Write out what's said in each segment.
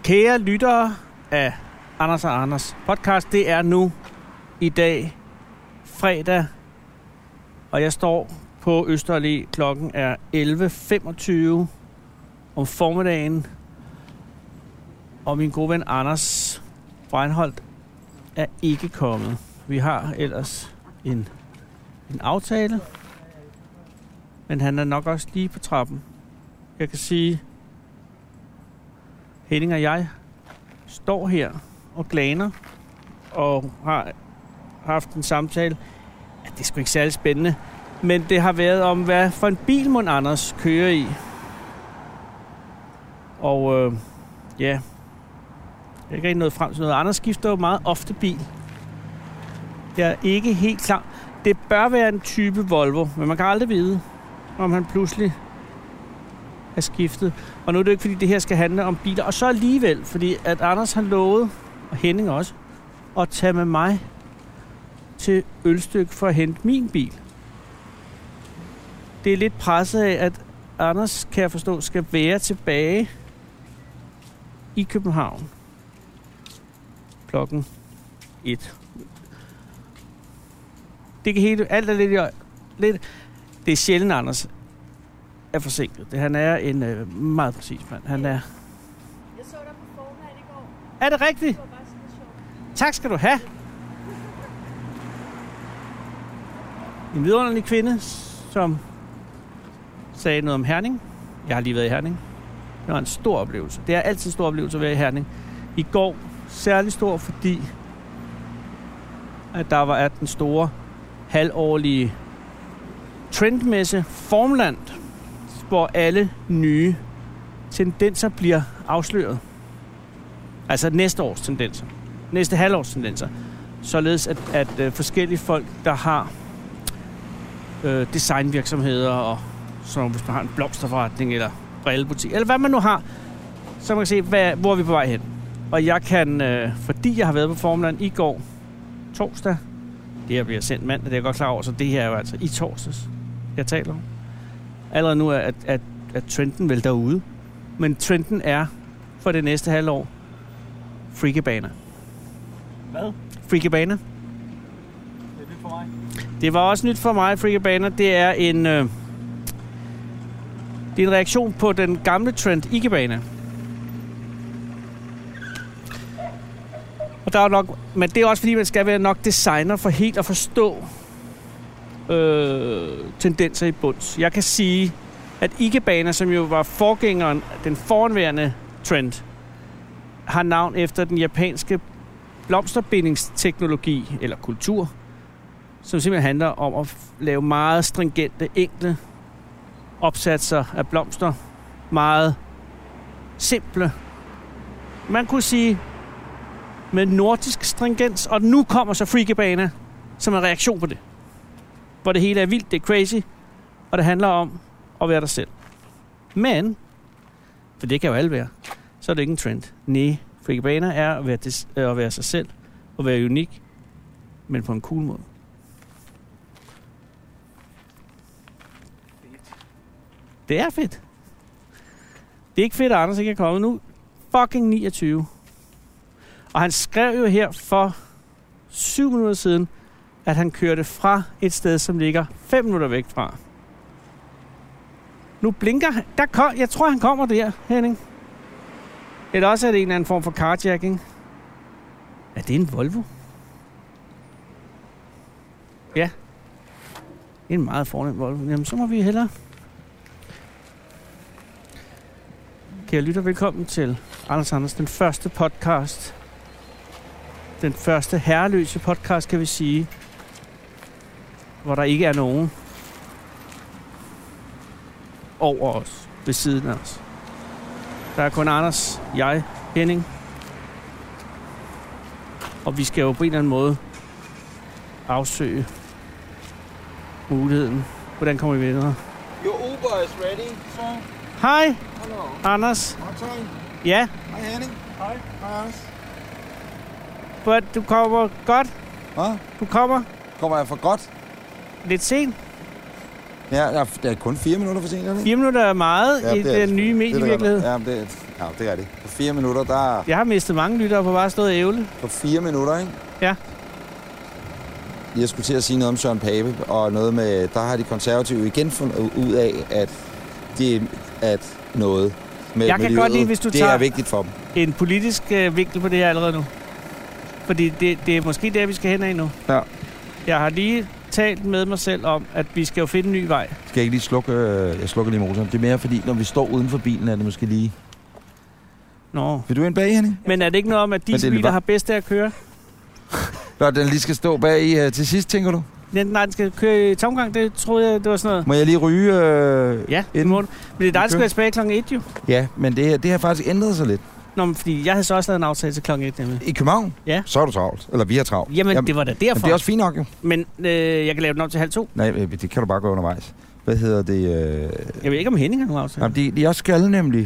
Kære lyttere af Anders og Anders podcast, det er nu i dag fredag, og jeg står på Østerallé. Klokken er 11.25 om formiddagen, og min gode ven Anders Breinholt er ikke kommet. Vi har ellers en aftale, men han er nok også lige på trappen. Jeg kan sige, Henning og jeg står her og glaner og har haft en samtale. Ja, det er sgu ikke særlig spændende, men det har været om, hvad for en bil mon Anders kører i. Og ja, jeg er ikke rigtig nået frem til noget. Anders skifter jo meget ofte bil. Jeg er ikke helt klar. Det bør være en type Volvo, men man kan aldrig vide, om han pludselig er skiftet. Og nu er det ikke, fordi det her skal handle om biler. Og så alligevel, fordi at Anders har lovet, og Henning også, at tage med mig til Ølstykke for at hente min bil. Det er lidt presset af, at Anders, kan jeg forstå, skal være tilbage i København klokken 1. Det kan helt, alt er lidt. Det er sjældent, Anders er forsinket. Han er en meget præcis mand. Han er. Jeg så dig på Format i går. Er det rigtigt? Det var bare sådan sjovt. Tak skal du have. En vidunderlig kvinde, som sagde noget om Herning. Jeg har lige været i Herning. Det var en stor oplevelse. Det er altid en stor oplevelse at være i Herning. I går særlig stor, fordi at der var den store halvårlige trendmesse Formland, hvor alle nye tendenser bliver afsløret. Altså næste års tendenser. Næste halvårs tendenser. Således at forskellige folk, der har designvirksomheder, og så hvis man har en blomsterforretning eller brillebutik, eller hvad man nu har, så man kan se, hvor er vi på vej hen. Og jeg kan, fordi jeg har været på Formland i går, torsdag, det her bliver sendt mandag, det er jeg godt klar over, så det her er jo altså i torsdags, jeg taler om. Allerede nu er, at trenden vel derude. Men trenden er for det næste halvår freakebaner. Hvad? Freakebaner. Det er nyt for mig. Det var også nyt for mig, freakebaner. Det er en reaktion på den gamle trend, ikebane. Og der er nok, men det er også fordi, man skal være nok designer for helt at forstå tendenser i bunds. Jeg kan sige, at ikebaner, som jo var forgængeren, den foranværende trend, har navn efter den japanske blomsterbindingsteknologi, eller kultur, som simpelthen handler om at lave meget stringente, enkle opsatser af blomster. Meget simple. Man kunne sige med nordisk stringens, og nu kommer så freakebaner som en reaktion på det. Hvor det hele er vildt, det er crazy, og det handler om at være dig selv. Men, for det kan jo alle være, så er det ikke en trend. Nej, freakebaner er at være sig selv, og være unik, men på en cool måde. Det er fedt. Det er ikke fedt, at Anders ikke er kommet nu. Fucking 29. Og han skrev jo her for 7 minutter siden, at han kørte fra et sted, som ligger 5 minutter væk fra. Nu blinker han. Jeg tror, han kommer der, Henning. Eller også er det en eller anden form for carjacking. Er det en Volvo? Ja. Det er en meget fornem Volvo. Jamen, så må vi hellere. Kære lytter, velkommen til Anders, den første podcast. Den første herreløse podcast, kan vi sige. Hvor der ikke er nogen over os, ved siden af os. Der er kun Anders, jeg, Henning. Og vi skal jo på en eller anden måde afsøge muligheden. Hvordan kommer vi videre? Your Uber is ready, sir. Hej, Hello. Anders. Martin. Ja, Hej Henning. Hej. Hej Anders. du kommer godt. Hvad? Du kommer Kommer jeg for godt? lidt sent. Ja, det er kun 4 minutter for sent, eller? 4 minutter er meget Ja, i det er den nye medievirkelighed. Ja, det er det. På 4 minutter, der... Jeg har mistet mange lyttere på bare stået og ævle. På 4 minutter, ikke? Ja. Jeg skulle til at sige noget om Søren Pape, og noget med... Der har de konservative igen fundet ud af, at noget med jeg kan miljøet, godt lide, hvis du det tager er vigtigt for dem. en politisk vinkel på det her allerede nu. Fordi det er måske der, vi skal hen af nu. Ja. Jeg har lige talt med mig selv om, at vi skal jo finde en ny vej. Skal jeg ikke lige slukke... Jeg slukker lige motoren. Det er mere fordi, når vi står uden for bilen, er det måske lige... Nå. Vil du ind bag, Henning? Men er det ikke noget om, at de biler har bedst af at køre? Nå, den lige skal stå bag i til sidst, tænker du? Nej, den skal køre i tomgang. Det troede jeg, det var sådan noget. Må jeg lige ryge ja, det må du. Men det er dig, der skal være tilbage klokken 1, jo. Ja, men det har faktisk ændret sig lidt. Nå, men fordi jeg havde så også lavet en aftale til klokken 1. Nemlig. I København? Ja. Så er du travlt. Eller vi er travlt. Jamen, det var da derfor. Men det er også fint nok, jo. Men jeg kan lave den om til 1:30. Nej, det kan du bare gå undervejs. Hvad hedder det? Jeg ved ikke, om Henning har nogen aftale. Jamen, de også skal nemlig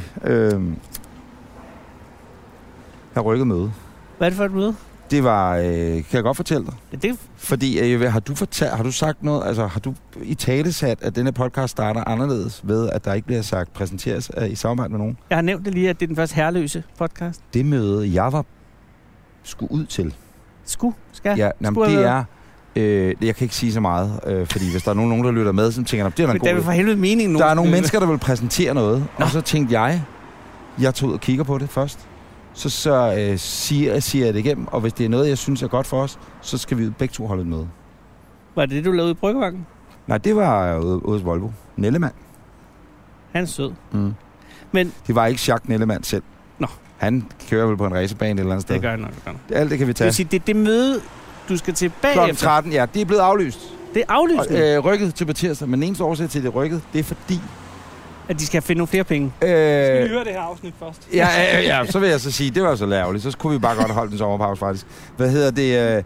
have rykket møde. Hvad er det for et møde? Det var, kan jeg godt fortælle dig? Ja, det... Fordi, har du sagt noget, altså har du i tale sat, at denne podcast starter anderledes ved, at der ikke bliver sagt præsenteres i samarbejde med nogen? Jeg har nævnt det lige, at det er den første herreløse podcast. Det møde, jeg var skulle ud til. Skal? Ja, jamen, det er... jeg kan ikke sige så meget, fordi hvis der er nogen, der lytter med, så tænker jeg, det er en god... Men der er for helvede mening nu. Der er nogle mennesker, der vil præsentere noget, og så tænkte jeg tog ud og kigger på det først. Så siger jeg det igennem, og hvis det er noget, jeg synes er godt for os, så skal vi begge to holde et møde. Var det du lavede i Bryggevangen? Nej, det var ude hos Volvo. Nellemann. Han er sød. Mm. Men... Det var ikke Jacques Nellemann selv. Nå. Han kører vel på en racerbane et eller andet sted. Det gør han nok. Alt det kan vi tage. Det vil sige, det er det møde, du skal tilbage Klokken efter. 13, ja. Det er blevet aflyst. Det er aflyst? Og, rykket til tirsdag, men den eneste årsag til det rykket, det er fordi... At de skal finde nogle flere penge. Skal vi høre det her afsnit først? Ja, så vil jeg så sige, det var så lavligt. Så kunne vi bare godt holde den sommerpause, faktisk. Hvad hedder det?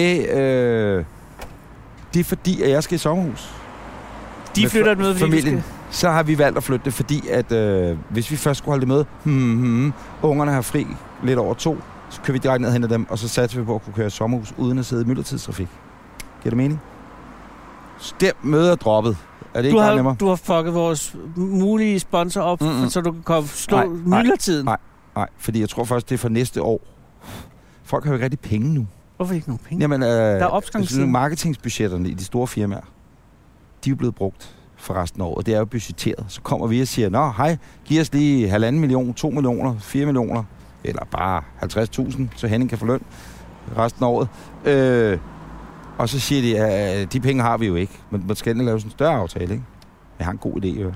Det er fordi, at jeg skal i sommerhus. De flytter et møde, fordi familien. Så har vi valgt at flytte det, fordi at hvis vi først skulle holde det med, ungerne har fri lidt over 2, så kører vi direkte ned hen ad dem, og så satser vi på at kunne køre i sommerhus, uden at sidde i myldretidstrafik. Giver det mening? Så det møde er droppet. Er det ikke bare nemmere? Du har fucket vores mulige sponsor op, så du kan komme slå myldretiden. Nej, fordi jeg tror først, det er for næste år. Folk har jo ikke rigtig penge nu. Hvorfor ikke nogen penge? Jamen, der er opgangstid. Marketingsbudgetterne i de store firmaer, de er jo blevet brugt for resten af året. Det er jo budgetteret. Så kommer vi og siger, nå hej, giv os lige 1,5 million, 2 millioner, 4 millioner, eller bare 50.000, så Henning kan få løn resten af året. Og så siger de, at de penge har vi jo ikke. Men man skal endelig lave sådan en større aftale, ikke? Jeg har en god idé, jo.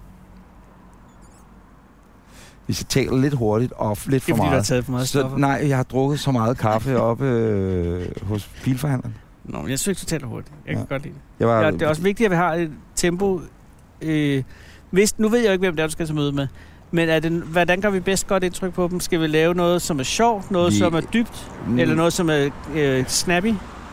Hvis jeg taler lidt hurtigt og lidt for meget. Det er fordi, du har taget for meget stoffer. Nej, jeg har drukket så meget kaffe oppe hos bilforhandleren. Nå, men jeg synes, du taler hurtigt. Jeg kan godt lide det. Det er også vigtigt, at vi har et tempo. Nu ved jeg jo ikke, hvem det er, du skal til møde med. Men hvordan gør vi bedst godt indtryk på dem? Skal vi lave noget, som er sjovt? Noget, som er dybt? Eller noget, som er snappy?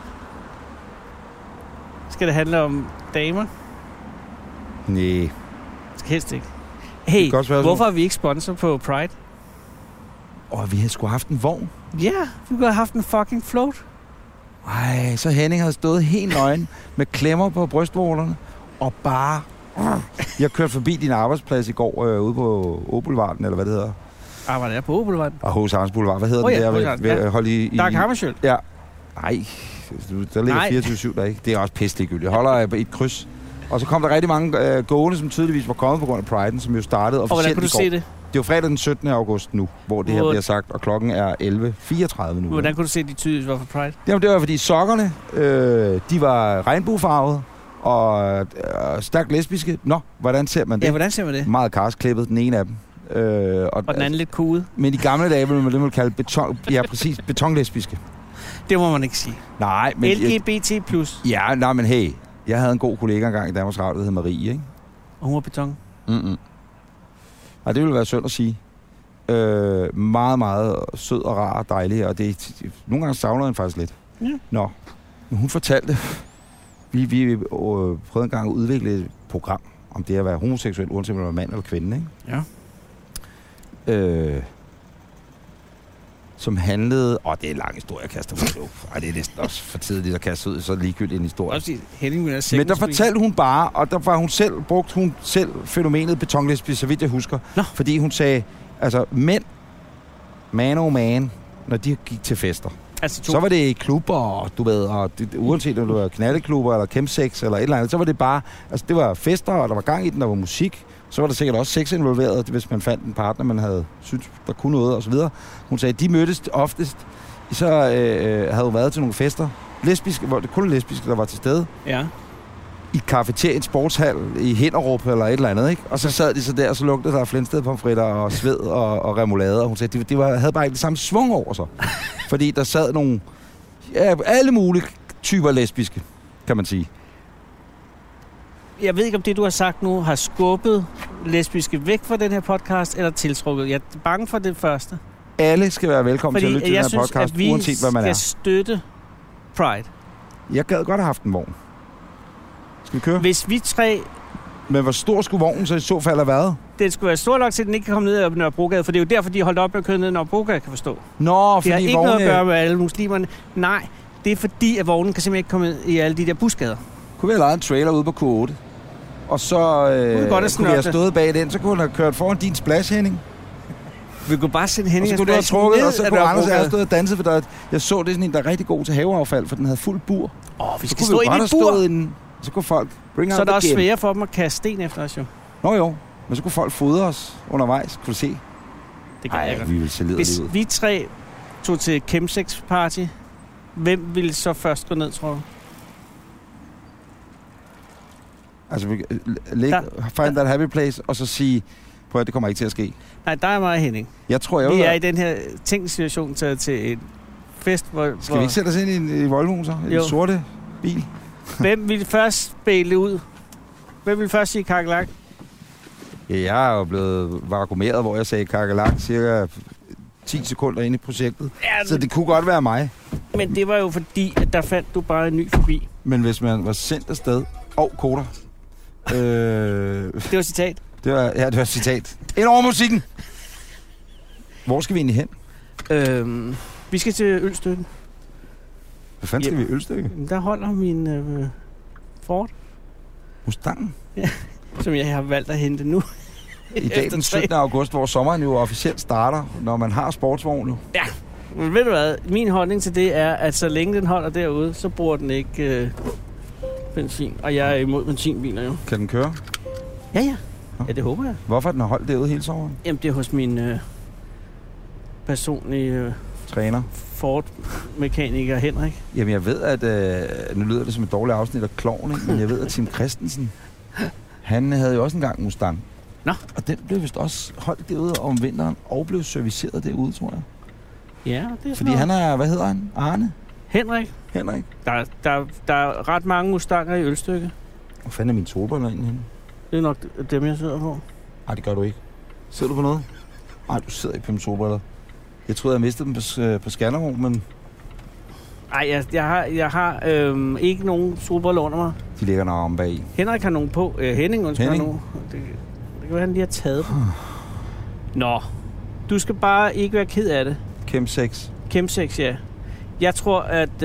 Skal det handle om damer? Nej. Skal helst ikke. Hey, hvorfor er vi ikke sponsor på Pride? Vi havde sgu haft en vogn. Ja, vi kunne have haft en fucking float. Ej, så Henning havde stået helt nøgen med klemmer på brystvorterne og bare... Jeg kørte forbi din arbejdsplads i går ude på Åboulevarden, eller hvad det hedder. Arbejder jeg på Åboulevarden? Og hos Arns Boulevard. Hvad hedder den der? Ja. Hold i... Dag Hammarskjöld. Ja. Nej, der ligger 24/7 der ikke. Det er også pisseliggyldigt. Jeg holder i et kryds. Og så kom der rigtig mange gående, som tydeligvis var kommet på grund af Pride'en, som jo startede officielt. Og hvordan kunne du se det? Det er jo fredag den 17. august nu, hvor det her bliver sagt, og klokken er 11:34 nu. Hvordan kunne du se, at de tydeligvis var for Pride? Jamen, det var fordi sokkerne, de var regnbuefarvede og stærkt lesbiske. Nå, hvordan ser man det? Ja, hvordan ser man det? Meget karsklippet, den ene af dem. Og den anden lidt kuget. Men i gamle dage ville man det kalde betonlesbiske. Det må man ikke sige. Nej, men... LGBT+. Ja, nej, men hey, jeg havde en god kollega engang i Danmarks Radio, der hed Marie, ikke? Og hun var beton? Nej, det ville være synd at sige. Meget, meget sød og rar og dejlig, og nogle gange savner den faktisk lidt. Ja. Nå, men hun fortalte, vi prøvede en gang at udvikle et program om det at være homoseksuel, uanset om man er mand eller kvinde, ikke? Ja. som handlede... det er en lang historie, jeg kaster mig nu. Det er næsten også for tidligt at kaste ud så ligegyldigt en historie. Men der fortalte hun bare, og der var brugte hun selv fænomenet betonlesbi, så vidt jeg husker. Nå. Fordi hun sagde, altså mænd, man, når de gik til fester, altså så var det i klubber, og du ved, og uanset om det var knaldeklubber eller chemsex eller et eller andet, så var det bare, altså det var fester, og der var gang i den, der var musik. Så var der sikkert også sex involveret, hvis man fandt en partner, man havde syntes, der kunne noget, og så videre. Hun sagde, de mødtes oftest, så havde hun været til nogle fester, lesbiske, hvor det kun lesbiske, der var til stede. Ja. I cafeterien, sportshal, i Hinderup eller et eller andet, ikke? Og så sad de så der, og så lugtede der flensted-pomfritter og sved og remoulade, og hun sagde, havde bare ikke det samme svung over sig. Fordi der sad nogle, alle mulige typer lesbiske, kan man sige. Jeg ved ikke, om det, du har sagt nu, har skubbet lesbiske væk fra den her podcast, eller tiltrukket. Jeg er bange for det første. Alle skal være velkommen til at lytte til den her podcast, at vi uanset hvad man er. skal støtte Pride. Jeg gad godt have haft en vogn. Skal vi køre? Hvis vi tre... Men hvor stor skulle vognen så i så fald have været? Den skulle være stor nok til, at den ikke kan komme ned ad Nørrebrogade, for det er jo derfor, de holdt op med at køre ned ad Nørrebrogade, kan forstå. Nå, fordi det har ikke vogne... noget at gøre med alle muslimerne. Nej, det er fordi, at vognen kan simpelthen ikke komme i alle de der busgader. Kunne vi have lejet en trailer ude på K8? Og så kunne vi have stået bag den, så kunne han have kørt foran din splash, Henning. Vi kunne bare sende Henning og så kunne du have trukket, og så kunne Anders have stået og danset, for jeg så det sådan en, der er rigtig god til haveaffald, for den havde fuld bur. Vi skal stå inde i et bur. Så kunne folk bring så er det også sværere for dem at kaste sten efter os, jo. Nå jo, men så kunne folk fodre os undervejs, kunne du se. Det kan jeg godt. Vi vil se hvis vi tre tog til chemsex party, hvem ville så først gå ned, tror du? Altså, find that happy place, og så sige, prøv at det kommer ikke til at ske. Nej, der er mig Henning. Jeg tror, vi er i den her tænkte situation taget til en fest, hvor... Skal vi ikke sætte os ind i Volvoen så? I en sorte bil? Hvem ville først spille ud? Hvem ville først sige kakelak? Ja, jeg er jo blevet vakuumeret, hvor jeg sagde kakelak cirka 10 sekunder ind i projektet. Ja, så det kunne godt være mig. Men det var jo fordi, at der fandt du bare en ny forbi. Men hvis man var sendt afsted... koder. Det var citat. Det var citat. Ind over musikken! Hvor skal vi egentlig hen? Vi skal til Ølstykken. Hvad fanden skal vi i Ølstykke? Der holder min Ford. Mustangen? Ja, som jeg har valgt at hente nu. I dag den 17. august, hvor sommeren jo officielt starter, når man har sportsvogn jo. Ja, men ved du hvad? Min holdning til det er, at så længe den holder derude, så bruger den ikke benzin. Og jeg er imod benzinbiler jo. Kan den køre? Ja. Ja, det håber jeg. Hvorfor den har holdt derude hele sommeren? Jamen, det er hos min personlige træner. Ford-mekaniker Henrik. Jamen, jeg ved, at... nu lyder det som et dårligt afsnit af Klovn, ikke? Men jeg ved, at Tim Christensen, han havde jo også engang Mustang. Nå. Og den blev vist også holdt derude om vinteren, og blev serviceret derude, tror jeg. Ja, det er fordi han er... Hvad hedder han? Arne? Henrik. Der er ret mange Mustanger i Ølstykke. Hvor fanden er min solbriller egentlig henne? Det er nok dem, jeg sidder på. Nej, det gør du ikke. Sidder du på noget? Nej, du sidder ikke på mine solbriller. Jeg troede, jeg mistede dem på Skanderborg, men... Nej, jeg har ikke nogen solbriller under mig. De ligger nok om bag i. Henrik har nogen på. Henning. Det kan være, han lige har taget dem. Nå, du skal bare ikke være ked af det. Chemsex, ja. Jeg tror,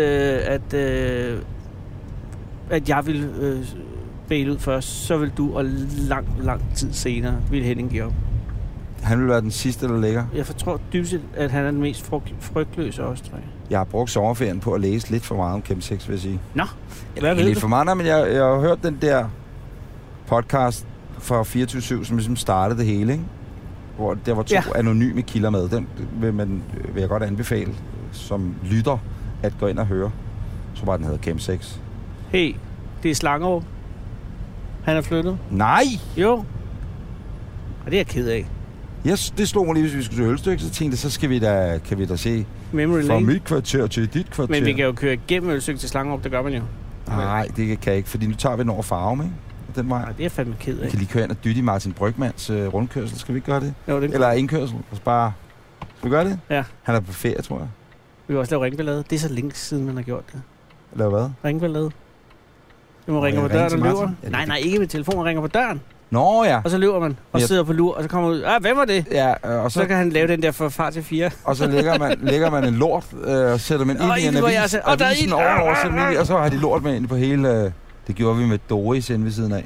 at jeg vil bæle ud først, så vil du, og lang tid senere vil Henning give op. Han vil være den sidste, der ligger. Jeg tror dybest set, at han er den mest frygtløse af os tre. Jeg har brugt sommerferien på at læse lidt for meget om chemsex, vil jeg sige. Nå, hvad ved lidt du? for meget, men jeg har hørt den der podcast fra 24/7, som ligesom startede det hele, ikke? Hvor der var 2 anonyme kilder med. Den vil jeg godt anbefale, som lytter, at gå ind og høre. Så bare den hedder chemsex. Hey, det er Slangerup. Han er flyttet. Nej! Jo. Og det er jeg ked af. Yes, det slog mig lige, hvis vi skulle til Ølstykke, så tænkte jeg, så kan vi da se Memory fra mit kvarter til dit kvarter. Men vi kan jo køre gennem Ølstykke til Slangerup, det gør man jo. Nej, det kan jeg ikke, fordi nu tager vi den over Farum, ikke? Den vej. Nej, det er jeg fandme ked af. Vi kan lige køre ind og dytte i Martin Brygmans rundkørsel. Skal vi ikke gøre det? Jo, det eller indkørsel. Skal vi gøre det? Ja. Han er på ferie, tror jeg. Vi vil også lave ringballade. Det er så længe siden, man har gjort det. Lave hvad? Ringballade. Du må ringe på døren og løber. Nej, ikke med telefonen. Ringer på døren. Nå ja. Og så løber man og sidder på lur, og så kommer man ud. Hvem var det? Ja, og så kan han lave den der fra far til 4. Og så lægger man en lort og sætter man ind i en avisen ovenover, og så har de lort med ind på hele... Det gjorde vi med Doris inde ved siden af.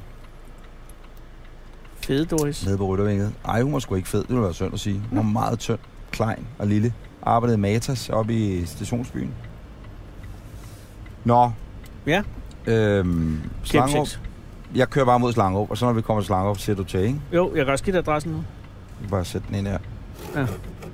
Fede Doris. Nede på Ryttervinget. Ej, hun var sgu ikke fed, det ville være synd at sige. Hun var meget tynd, klein og lille. Arbejdede Matas oppe i stationsbyen. Nå. Ja. Slangerup. Jeg kører bare mod Slangerup, og så når vi kommer til Slangerup, siger du til, ikke? Jo, jeg kan også give dig adressen nu. Jeg kan bare sætte den ind her. Ja.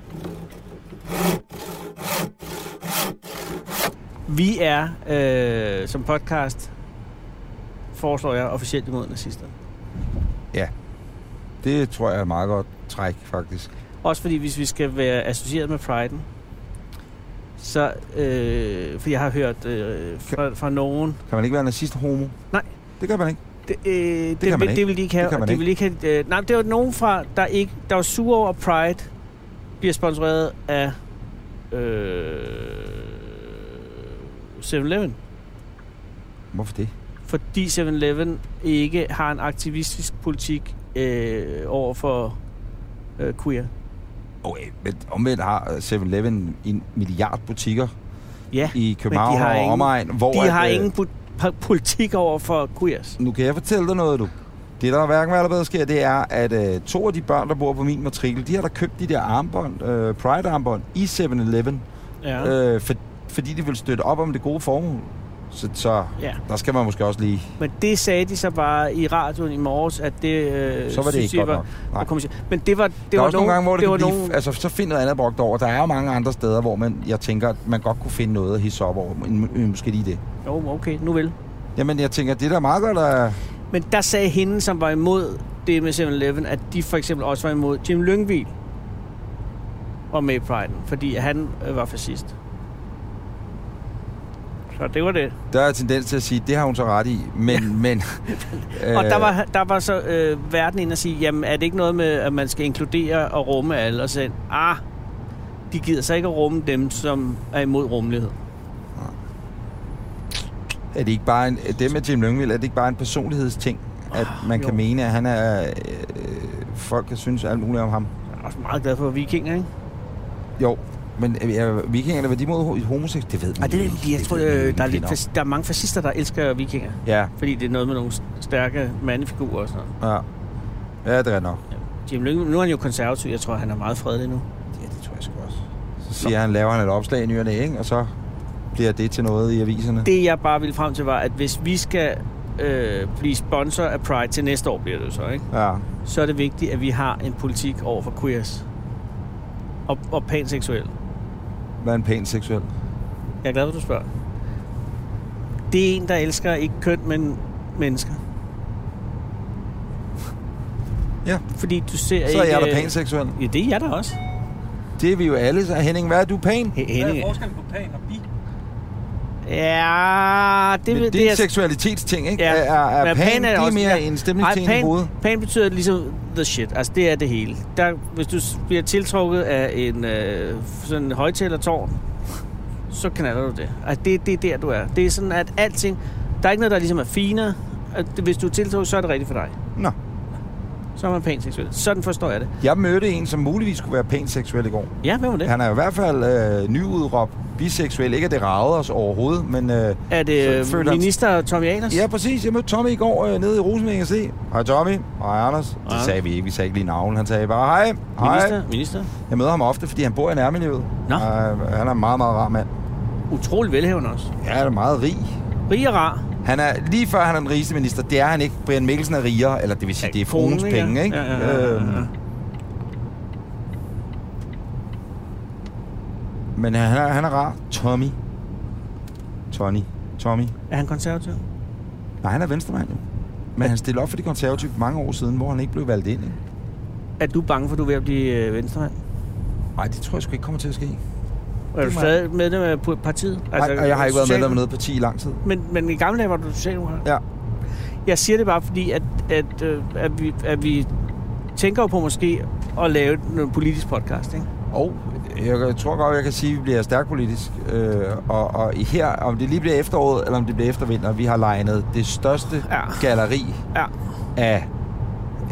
Vi er som podcast, foreslår jeg officielt imod nazister. Ja. Det tror jeg er et meget godt træk, faktisk. Også fordi, hvis vi skal være associeret med Pride'en, så, for jeg har hørt fra nogen... Kan man ikke være nazist-homo? Nej. Det kan man ikke. Det vil de ikke have. De vil ikke have nej, det var nogen fra, der var sure over, at Pride bliver sponsoreret af 7-Eleven. Hvorfor det? Fordi 7-Eleven ikke har en aktivistisk politik over for queer. Okay, men omvendt har 7-Eleven en milliard butikker i København og omegn. De har ingen politik over for queers. Nu kan jeg fortælle dig noget, du. Det, der hverken hvad der bedre sker, det er, at 2 af de børn, der bor på min matrikel, de har da købt de der armbånd, Pride-armbånd, i 7-Eleven. Ja. Fordi de vil støtte op om det gode formål. Så der skal man måske også lige... Men det sagde de så bare i radioen i morges, at det... så var det ikke godt nok. Men det var også nogle gange, hvor det kan blive... Altså, så find noget andet brugt over. Der er jo mange andre steder, hvor jeg tænker, at man godt kunne finde noget at hisse op over. Måske lige det. Jo, okay. Nu vel. Jamen, jeg tænker, det er da meget godt at... Men der sagde hende, som var imod det med 7-Eleven, at de for eksempel også var imod Jim Lyngvild og med Pride'en, fordi han var fascist. Så det var det. Der er tendens til at sige, det har hun så ret i, men og der var så verden ind at sige, jamen er det ikke noget med, at man skal inkludere og rumme alle, og så de gider så ikke at rumme dem, som er imod rummelighed. Er det ikke bare det med Jim Lyngvild, er det ikke bare en personlighedsting, at man kan mene, at han er folk kan synes alt muligt om ham? Jeg er også meget glad for vikinger, ikke? Jo. Men vikingerne, var de mod homoseksuelle? Det ved man ikke. Jeg tror, der er mange fascister, der elsker vikinger. Ja. Fordi det er noget med nogle stærke mandefigurer og sådan noget. Ja, det er nok. Ja. Jim Lyngvild, nu er han jo konservativ. Jeg tror, han er meget fredelig nu. Ja, det tror jeg sgu også. Så siger han, laver han et opslag i ny og næ, ikke? Og så bliver det til noget i aviserne. Det, jeg bare ville frem til, var, at hvis vi skal blive sponsor af Pride til næste år, bliver det så, ikke? Ja. Så er det vigtigt, at vi har en politik over for queers. Og panseksuel. Hvad er en panseksuel? Jeg er glad for, at du spørger. Det er en, der elsker ikke køn, men mennesker. Ja. Fordi du ser så ikke... Så er jeg da panseksuel. Ja, det er jeg da også. Det er vi jo alle. Så Henning, hvad er du pan? Henning. Hvad er forskellen på pan og bi? Ja, det er en seksualitetsting, ikke? Ja. Er pan det er mere en stemningsting i hovedet? Pan betyder ligesom the shit. Altså, det er det hele. Hvis du bliver tiltrukket af en sådan en højtalertårn, så knaller du det. Altså, det er der, du er. Det er sådan, at alting... Der er ikke noget, der ligesom er finere. Hvis du er tiltrukket, så er det rigtigt for dig. Nå. Så er man panseksuel. Sådan forstår jeg det. Jeg mødte en, som muligvis skulle være panseksuel i går. Ja, hvem var det? Han er i hvert fald nyudråbt biseksuel. Ikke at det ragede os overhovedet, men... er det minister Tommy Ahlers? Ja, præcis. Jeg mødte Tommy i går nede i Rosenvinge C. Hej Tommy. Hej Anders. Det sagde vi ikke. Vi sagde ikke lige navn. Han sagde bare hej. Minister? Jeg møder ham ofte, fordi han bor i nærmiljøet. Nå. Han er en meget, meget rar mand. Utrolig velhævende også. Ja, han er meget rig. Rig og rar. Han er, lige før han er den rigeste minister, det er han ikke. Brian Mikkelsen er rigere, eller det vil sige, det er fruens penge, ikke? Ja. Men han er rar. Tommy. Er han konservativ? Nej, han er venstremand jo. Men han stillede op for de konservative mange år siden, hvor han ikke blev valgt ind, ikke? Er du bange for, at du er ved at blive venstremand? Nej, det tror jeg sgu ikke kommer til at ske. Er du stadig medlem af partiet? Altså, nej, jeg har ikke været medlem af noget parti i lang tid. Men i gamle dage var du socialdemokrat? Ja. Jeg siger det bare fordi, at vi tænker jo på måske at lave en politisk podcast, ikke? Jeg tror godt, jeg kan sige, at vi bliver stærkt politisk. Og her, om det lige bliver efteråret, eller om det bliver eftervinter, vi har legnet det største galleri af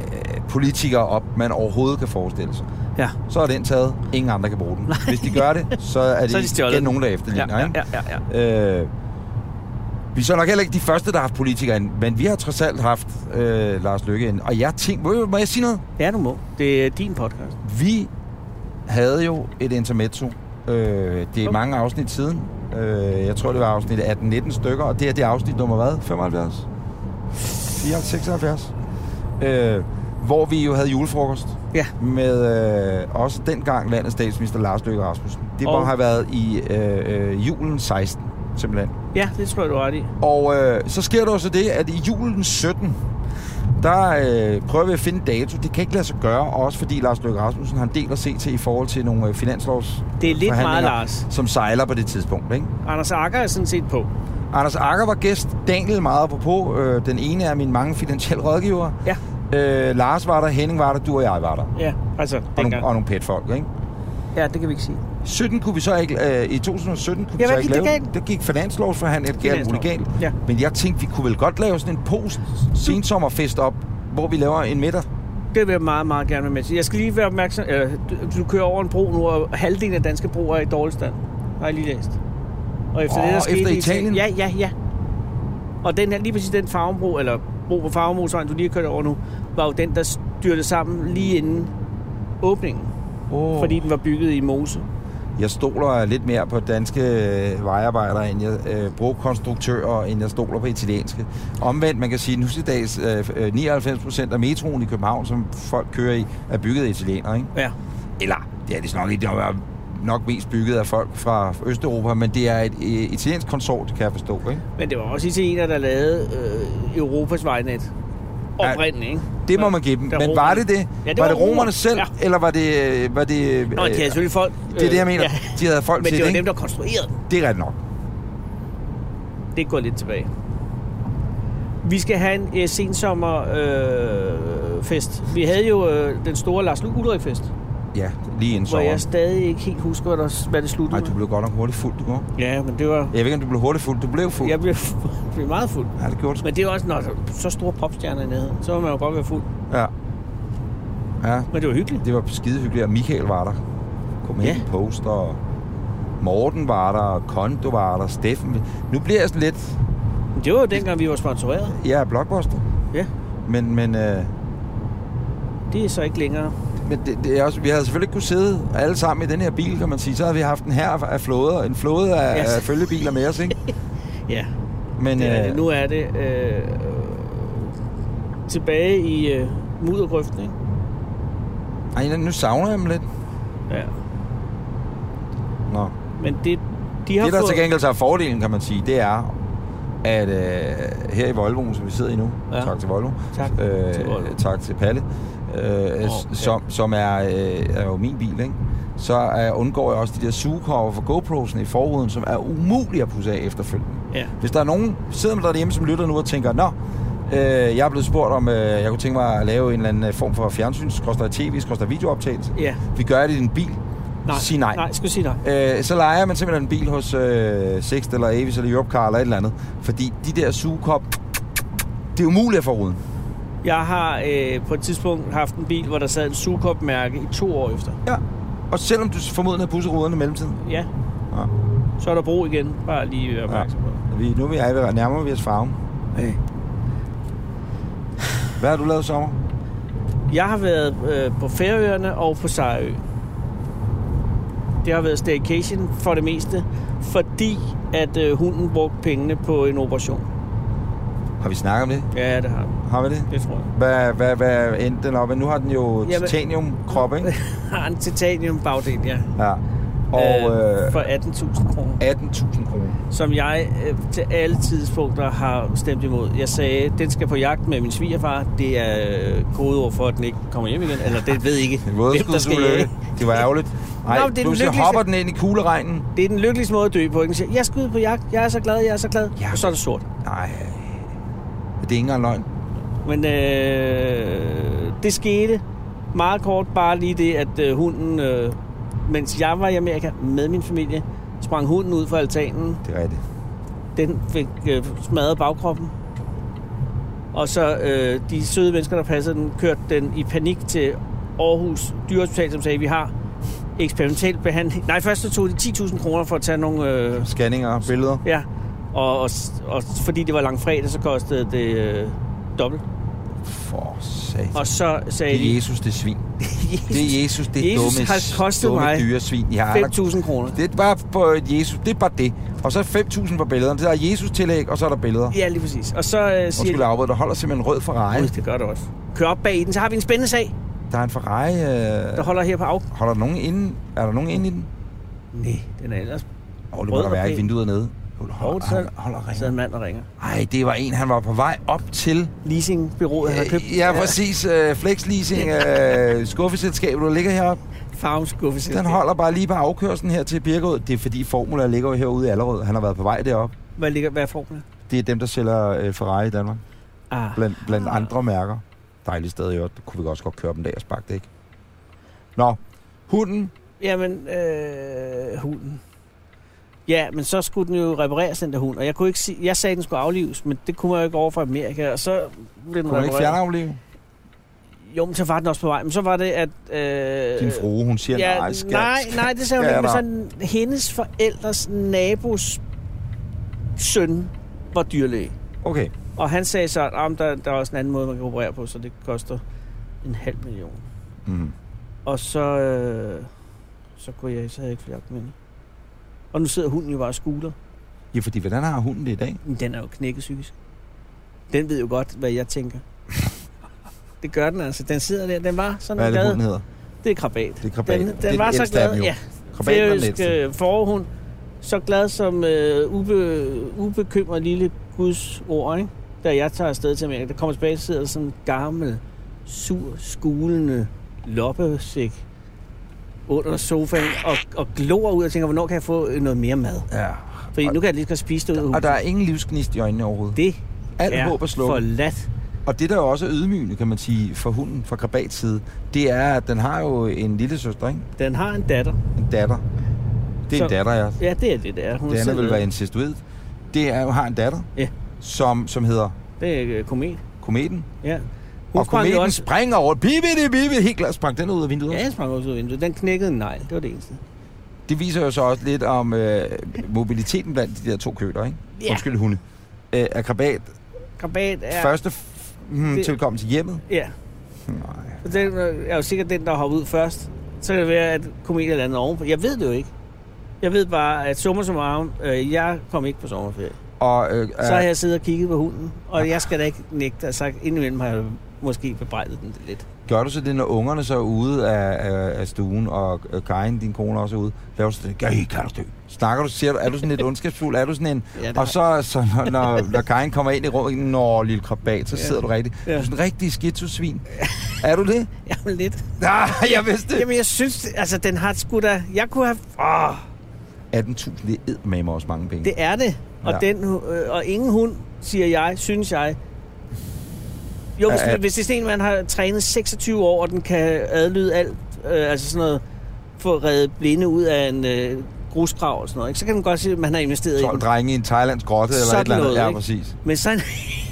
politikere op, man overhovedet kan forestille sig. Ja. Så er den taget. Ingen andre kan bruge den. Hvis de gør det, så er det igen nogen, der efterligner. Ja. Vi er så nok heller ikke de første, der har haft politikere ind, men vi har trods alt haft Lars Løkke ind. Og jeg tænkte, må jeg sige noget? Ja, du må. Det er din podcast. Vi havde jo et intermezzo. Det er mange afsnit siden. Jeg tror, det var afsnit 18-19 stykker, og det er afsnit nummer hvad? 75? 76? Hvor vi jo havde julefrokost. Ja. Med også dengang landets statsminister Lars Løkke Rasmussen. Det må have været i julen 16, simpelthen. Ja, det tror jeg, du har ret i. Og så sker der også det, at i julen 17, der prøver vi at finde dato. Det kan ikke lade sig gøre, også fordi Lars Løkke Rasmussen har en del at se til i forhold til nogle finanslovsforhandlinger. Det er lidt meget, Lars. Som sejler på det tidspunkt, ikke? Anders Agger er sådan set på. Anders Agger var gæst, Daniel meget på. Den ene af mine mange finansielle rådgivere. Ja. Lars var der, Henning var der, du og jeg var der. Ja, altså og nogle pætfolk, ikke? Ja, det kan vi ikke sige. 17 kunne vi så ikke, i 2017 kunne vi så ikke lave. Der gik finanslovsforhandlinger, det galt galt. Ja. Men jeg tænkte, vi kunne vel godt lave sådan en post-sensommerfest op, hvor vi laver en middag. Det vil jeg meget, meget gerne være med til. Jeg skal lige være opmærksom. Du kører over en bro nu, og halvdelen af danske broer er i dårlig stand. Har jeg lige læst. Og efter det, der skete efter Italien? Ja. Og den her, lige præcis den Farvenbro, eller bro på Farvemotorvejen, du lige har kørt over nu, var jo den, der styrte sammen lige inden åbningen. Fordi den var bygget i mose. Jeg stoler lidt mere på danske vejarbejdere, end jeg brokonstruktører, end jeg stoler på italienske. Omvendt, man kan sige, at nu til dags 99% af metroen i København, som folk kører i, er bygget af italienere, ikke? Ja. Eller, det er det nok ikke, det er nok mest bygget af folk fra Østeuropa, men det er et italiensk konsort, kan jeg forstå, ikke? Men det var også italienere, der lavede Europas vejnet. Oprindeligt, ikke? Det må man give dem. Men var det det? Ja, det var det romerne selv, eller var det... Nå, de havde selvfølgelig folk... Det er det, jeg mener. Ja. De havde folk til det, ikke? Men det var dem, der konstruerede den. Det er ret nok. Det går lidt tilbage. Vi skal have en sensommerfest. Vi havde jo den store Lars Ulrik-fest. Ja, lige inden sommer. Hvor jeg stadig ikke helt husker, hvad det sluttede. Nej, du blev godt nok hurtigt fuld, du går. Ja, men det var... Jeg ved ikke, om du blev hurtigt fuld. Du blev fuld. Jeg blev meget fuld. Ja, det gjorde du. Men det er også, når så store popstjerner i nærheden, så må man jo godt være fuld. Ja. Men det var hyggeligt. Det var skide hyggeligt, og Michael var der. Kom ind i poster, og Morten var der, Kondo var der, Steffen. Nu bliver jeg sådan lidt... Det var jo dengang, vi var sponsoreret. Ja, Blockbuster. Ja. Men det er så ikke længere. Men det er også, vi havde selvfølgelig ikke kunne sidde alle sammen i den her bil, kan man sige. Så havde vi haft en flåde af følgebiler med os, ikke? Ja. Men nu er det tilbage i muddergrøften, ikke? Ej, nu savner jeg dem lidt. Ja. Nå. Men det der til gengæld så er fordelen, kan man sige, det er, at her i Volvoen, som vi sidder i nu, tak til Volvo, tak til Palle, som er jo min bil, ikke? Så undgår jeg også de der sugekopper for GoPro'en i forruden, som er umulige at pusse af efterfølgende. Ja. Hvis der er nogen, sidder der derhjemme, som lytter nu og tænker, nå, jeg er blevet spurgt om, jeg kunne tænke mig at lave en eller anden form for fjernsyns, koster tv, koster videooptagelse. Ja. Vi gør det i din bil. Sig nej. Nej, skal sige nej. Så leger man simpelthen en bil hos Sixt eller Avis eller Europcar eller et eller andet. Fordi de der sugekop, det er umuligt at få ruden. Jeg har på et tidspunkt haft en bil, hvor der sad en sugekop-mærke i 2 år efter. Ja, og selvom du formodentlig havde pudset ruderne i mellemtiden. Ja. Så er der brug igen. Bare lige være opmærksom på det. Nu nærmer vi os farven. Hey. Hvad har du lavet i sommer? Jeg har været på Færøerne og på Sejrø. Det har været staycation for det meste, fordi at hunden brugte pengene på en operation. Har vi snakket om det? Ja, det har vi. Har vi det? Det tror jeg. Hvad endte den op? Nu har den jo titanium-krop, ikke? Har en titanium-bagdel, ja. Ja. Og, for 18.000 kroner. 18.000 kroner. Som jeg til alle tidspunkter har stemt imod. Jeg sagde, den skal på jagt med min svigerfar. Det er kodeord for, at den ikke kommer hjem igen. Eller det ved ikke, hvem der skal jage. Det var ærgerligt. Nej, pludselig hopper den ind i kugleregnen. Det er den lykkeligste måde at dø på. Den siger, jeg skal ud på jagt. Jeg er så glad, jeg er så glad. Ja. Og så er det sort. Nej, det er ikke engang løgn. Men det skete meget kort. Bare lige det, at hunden... mens jeg var i Amerika med min familie, sprang hunden ud fra altanen. Det er rigtigt. Den fik smadret bagkroppen. Og så de søde mennesker, der passede den, kørte den i panik til Aarhus Dyrehospital, som sagde, vi har eksperimentel behandling. Nej, først så tog de 10.000 kroner for at tage nogle... Scanninger, billeder. Ja, og fordi det var langfredag, så kostede det dobbelt. For satan. Og så sagde det er Jesus, det er svin. Det er Jesus, det er Jesus har kostet mig dyresvin. 5.000 kroner. Det er bare på Jesus, det er bare det. Og så 5.000 på billederne. Det er Jesus-tillæg, og så er der billeder. Ja, lige præcis. Og så siger de... afbryde, der holder simpelthen rød Ferrari. Det gør det også. Kør op bag i den, så har vi en spændende sag. Der er en Ferrari... der holder her på af. Holder der nogen inde? Er der nogen inde i den? Nej, den er ellers... Det må der være i vinduet nede. Så en mand, der ringer. Ej, det var en, han var på vej op til... Leasingbyrået, han har købt. Ja, præcis. Flex Leasing, skuffeselskabet, der ligger heroppe. Farm skuffeselskab. Den holder bare lige på afkørslen her til Birkerød. Det er fordi Formula ligger jo herude i Allerød. Han har været på vej derop. Hvad er Formula? Det er dem, der sælger Ferrari i Danmark. Blandt andre mærker. Dejligt sted i øvrigt. Det kunne vi også godt køre dem der og sparke det, ikke? Nå, hunden. Jamen, hunden. Ja, men så skulle den jo repareres, den der hund. Og jeg kunne ikke sige, jeg sagde, at den skulle aflives, men det kunne man jo ikke over fra Amerika. Og så blev den repareret. Kunne ikke fjernaflive? Jo, men så var den også på vej. Men så var det, at... Din frue, hun siger, nej, det sagde hun ikke. Men sådan, hendes forældres nabos søn var dyrlæge. Okay. Og han sagde så, at der er også en anden måde, man kan operere på, så det koster 500.000. Mm. Og så kunne jeg, så havde jeg ikke flere argumenter. Og nu sidder hunden jo bare og skuler. Ja, fordi hvordan har hunden det i dag? Den er jo knækket psykisk. Den ved jo godt, hvad jeg tænker. Det gør den altså. Den sidder der. Den var sådan glad. Hvad er det, hunden hedder? Det er krabat. Det er krabat. Den var så glad. Ja. Færøsk forhund. Så glad som ubekymret lille Guds ord, ikke? Da jeg tager afsted til Amerika. Der kommer tilbage, sidder sådan en gammel, sur, skulende loppesæk under sofaen og glor ud og tænker, hvornår kan jeg få noget mere mad? Ja. Fordi nu kan jeg lige skal spise det ud. Og der er ingen livsgnist i øjnene overhovedet. Det alt håb er slukket. Forladt. Og det, der jo også er ydmygende, kan man sige, for hunden fra Krabats side, det er, at den har jo en lille søster, ikke? Den har en datter. En datter. Det er en datter, ja. Ja, det er det, der. Det andet vil være incestuet. Det er jo har en datter, ja. som hedder... Det er Komet. Kometen? Ja. Og kometen også... springer over. Bibi, helt klart sprang den ud af vinduet. Ja, den sprang ud af vinduet. Den knækkede en negl. Det var det eneste. Det viser jo så også lidt om mobiliteten blandt de der to køler, ikke? Ja. Undskyld, hunde. Er Krabat er... første tilkommen til hjemmet? Ja. Nej. Den er jo sikkert den, der har ud først. Så kan det være, at Komet er landet ovenpå. Jeg ved det jo ikke. Jeg ved bare, at summa summarum, jeg kom ikke på sommerferie. Så har jeg siddet og kigget på hunden, og jeg skal da ikke nægte at sagt, indimellem har jeg måske bebrejdet den lidt. Gør du så det, når ungerne så er ude af stuen, og Karin, din kone, også er ude? Laver du så det? Kan du dø? Snakker du, siger du, er du sådan lidt ondskabsfuld? Er du sådan en... Ja, og så når Karin kommer ind i rummet, lille Krabat, så sidder du rigtig. Ja. Du er sådan en rigtig skizosvin. Er du det? Jamen lidt. Nej, jeg vidste det. Jamen jeg synes, altså den har sgu da... Jeg kunne have... 18.000, det er eddermame også mange penge. Det er det. Og, og ingen hund, siger jeg, synes jeg... Jo, hvis det er sådan en, man har trænet 26 år, og den kan adlyde alt, altså sådan noget, få reddet blinde ud af en grusgrav og sådan noget, ikke? Så kan man godt sige, at man har investeret i 12 drenge i en thailandsk grotte eller et eller andet. Ja, præcis. Men sådan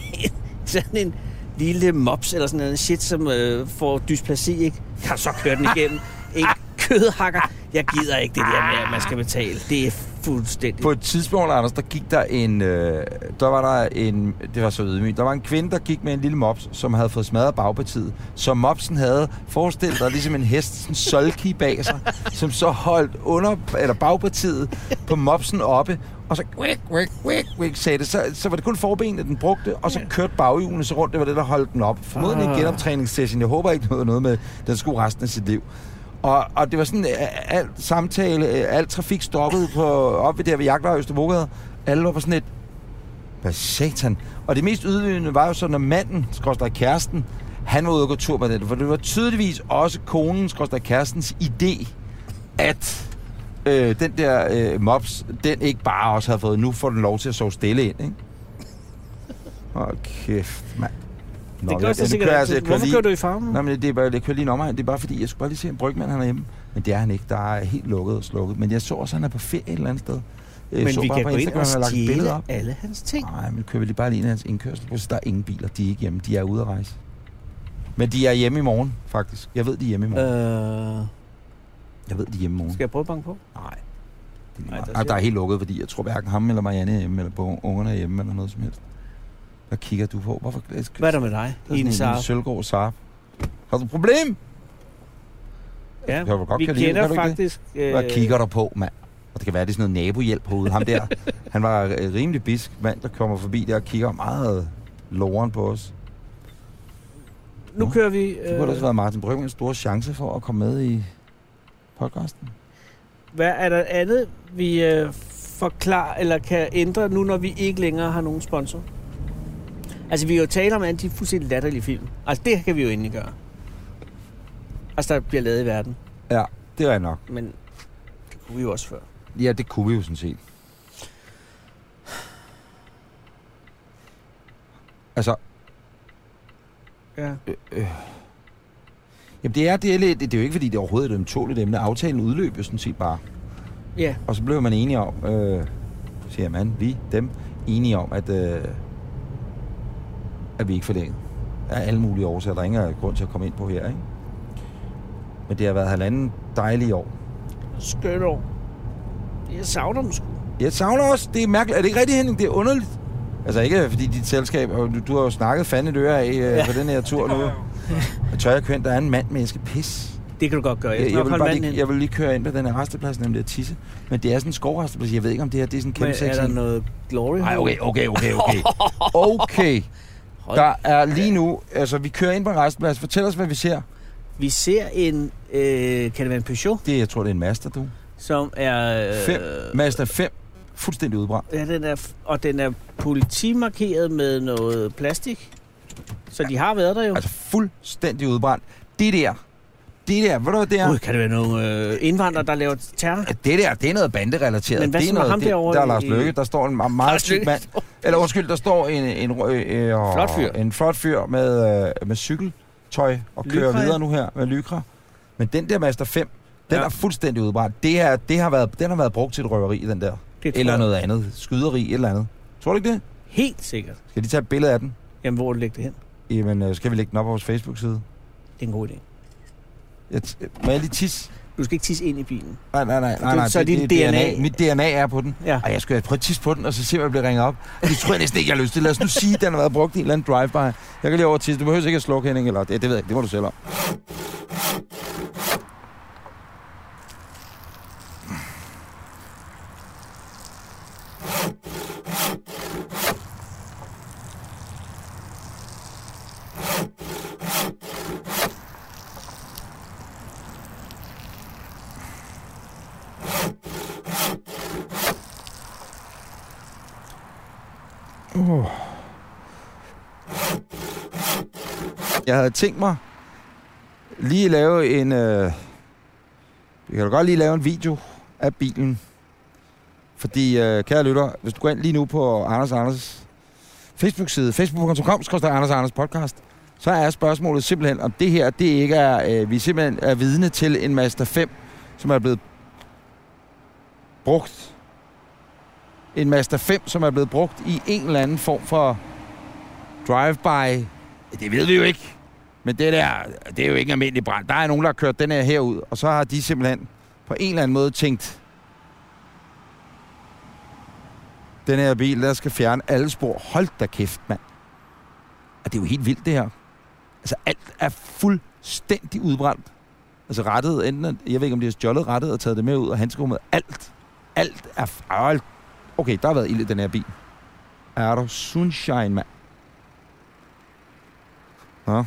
en lille mops eller sådan noget shit, som får dysplasi, ikke? Kan så køre den igennem. En kødhakker. Jeg gider ikke det der med, at man skal betale. Det er fuldstændig... På et tidspunkt, Anders, der gik der en... det var så ydmygt. Der var en kvinde, der gik med en lille mops, som havde fået smadret bagpartiet. Så mopsen havde forestillet dig ligesom en hest, sådan solki bag sig, som så holdt bagpartiet på mopsen oppe, og så sagde det. Så var det kun forbenet, den brugte, og så kørte baghjulene så rundt. Det var det, der holdt den op. Formodentlig en genoptræningssession. Jeg håber ikke noget med, den skulle resten af sit liv. Og det var sådan, alt samtale, alt trafik stoppede op ved der ved Jagtvej Østervogade. Alle var på sådan et, hvad satan? Og det mest ydmygende var jo så, når manden, kæresten, han var ude og gå tur med det. For det var tydeligvis også konens, kærestens idé, at den der mops, den ikke bare også havde fået, nu får den lov til at sove stille ind, ikke? Kæft, mand. Nå, det gør så sikkert. Hvorfor kører du i farmen? Nej, men det er bare, jeg kører lige en omegn. Det er bare fordi, jeg skulle bare lige se en brygmand, han er hjemme. Men det er han ikke. Der er helt lukket og slukket. Men jeg så også, han er på ferie et eller andet sted. Men vi kan gå ind og lagt et billede stjæle op. alle hans ting. Nej, men kører vi lige bare lige ind i hans indkørsel. Så der er ingen biler. De er ikke hjemme. De er ude at rejse. Men de er hjemme i morgen, faktisk. Jeg ved, de er hjemme i morgen. Jeg ved, de er hjemme i morgen. Skal jeg prøve at banke på? Nej, der er helt lukket, fordi jeg tror hverken ham eller Marianne er hjemme, eller på ungerne er hjemme, eller noget som helst. Hvad kigger du på? Hvorfor? Hvad er der med dig? En Sølgaard Saab. Har du et problem? Ja, godt, vi kender faktisk... Hvad kigger du på, mand? Og det kan være, det er sådan noget nabohjælp herude. Ham der, han var rimelig bisk mand, der kommer forbi der og kigger meget loren på os. Nu kører vi... Det kunne også være Martin Brygmans store chance for at komme med i podcasten. Hvad er der andet, vi forklarer eller kan ændre nu, når vi ikke længere har nogen sponsor? Altså, vi kan jo tale om alle de fuldstændig latterlige film. Altså, det kan vi jo endelig gøre. Altså, der bliver lavet i verden. Ja, det er nok. Men det kunne vi jo også før. Ja, det kunne vi jo sådan set. Altså... Ja. Jamen, det er jo ikke, fordi det er overhovedet et ømtåligt emne. Aftalen udløb jo sådan set bare. Ja. Og så blev man enige om, siger man, dem, enige om, at vi ikke forlængede. Af alle mulige årsager. Der er ingen grund til at komme ind på her, ikke? Men det har været 1,5 dejlige år. Skønt år. Jeg savner dem sgu. Jeg savner også. Det er mærkeligt. Er det ikke rigtigt, Henning? Det er underligt. Altså ikke fordi dit selskab, og du har jo snakket fandme et øre af på den her tur nu. Jeg tør jeg køre ind, der er en mand med en skal pisse. Det kan du godt gøre. Jeg vil lige køre ind på den her resteplads, nemlig at tisse. Men det er sådan en skovresteplads. Jeg ved ikke, om det her det er sådan en kæmpe sex. Er der noget glory? Nej, okay. Der er lige nu, altså vi kører ind på en resteplads. Fortæl os, hvad vi ser. Vi ser en, kan det være en Peugeot? Jeg tror, det er en Mazda, du. Som er... Mazda 5. Fuldstændig udbrændt. Ja, den er politimarkeret med noget plastik. Så de har været der jo. Altså fuldstændig udbrændt. Det der, ved du hvad det er? Kan det være nogle indvandrere, der laver terror? Det der, det er noget banderelateret. Men hvad det er noget, ham derovre? Der er Lars Løkke, der står en meget tyk mand. Eller undskyld, der står flot fyr. En flot fyr med cykeltøj og kører videre nu her med Lycra. Men den der Mazda 5, den er fuldstændig udbrændt. Den har været brugt til et røveri, den der. Eller noget andet. Skyderi, et eller andet. Tror du ikke det? Helt sikkert. Skal de tage et billede af den? Jamen, hvor lægger det hen? Jamen, skal vi lægge den op på vores Facebook-side? Det er en god idé. Må jeg lige tisse? Du skal ikke tisse ind i bilen. Nej. Så din DNA... Mit DNA er på den. Ja. Og jeg skal prøve at tisse på den, og så se, hvad jeg bliver ringet op. Det tror jeg næsten ikke, jeg har lyst til. Lad os nu sige, at den har været brugt i en eller anden drive-by. Jeg kan lige over at tisse. Du behøver ikke at slukke, Henning, eller det ved jeg ikke. Det må du selv om. Jeg havde tænkt mig lige at lave en... vi kan da godt lige lave en video af bilen. Fordi, kære lytter, hvis du går ind lige nu på Anders Facebook-side, facebook.com/Anders podcast, så er spørgsmålet simpelthen, om det her, det ikke er... vi simpelthen er vidne til en Mazda 5, som er blevet brugt. En Mazda 5, som er blevet brugt i en eller anden form for drive-by. Det ved vi jo ikke. Men det er jo ikke en almindelig brand. Der er nogen, der har kørt den her herud, og så har de simpelthen på en eller anden måde tænkt, den her bil, der skal fjerne alle spor. Hold da kæft, mand. Og det er jo helt vildt, det her. Altså, alt er fuldstændig udbrændt. Altså, rettet, enten, jeg ved ikke, om de har stjålet rettet og taget det med ud, og handskerummet. Alt er... Okay, der har været ild i den her bil. Er der sunshine, mand? Ja.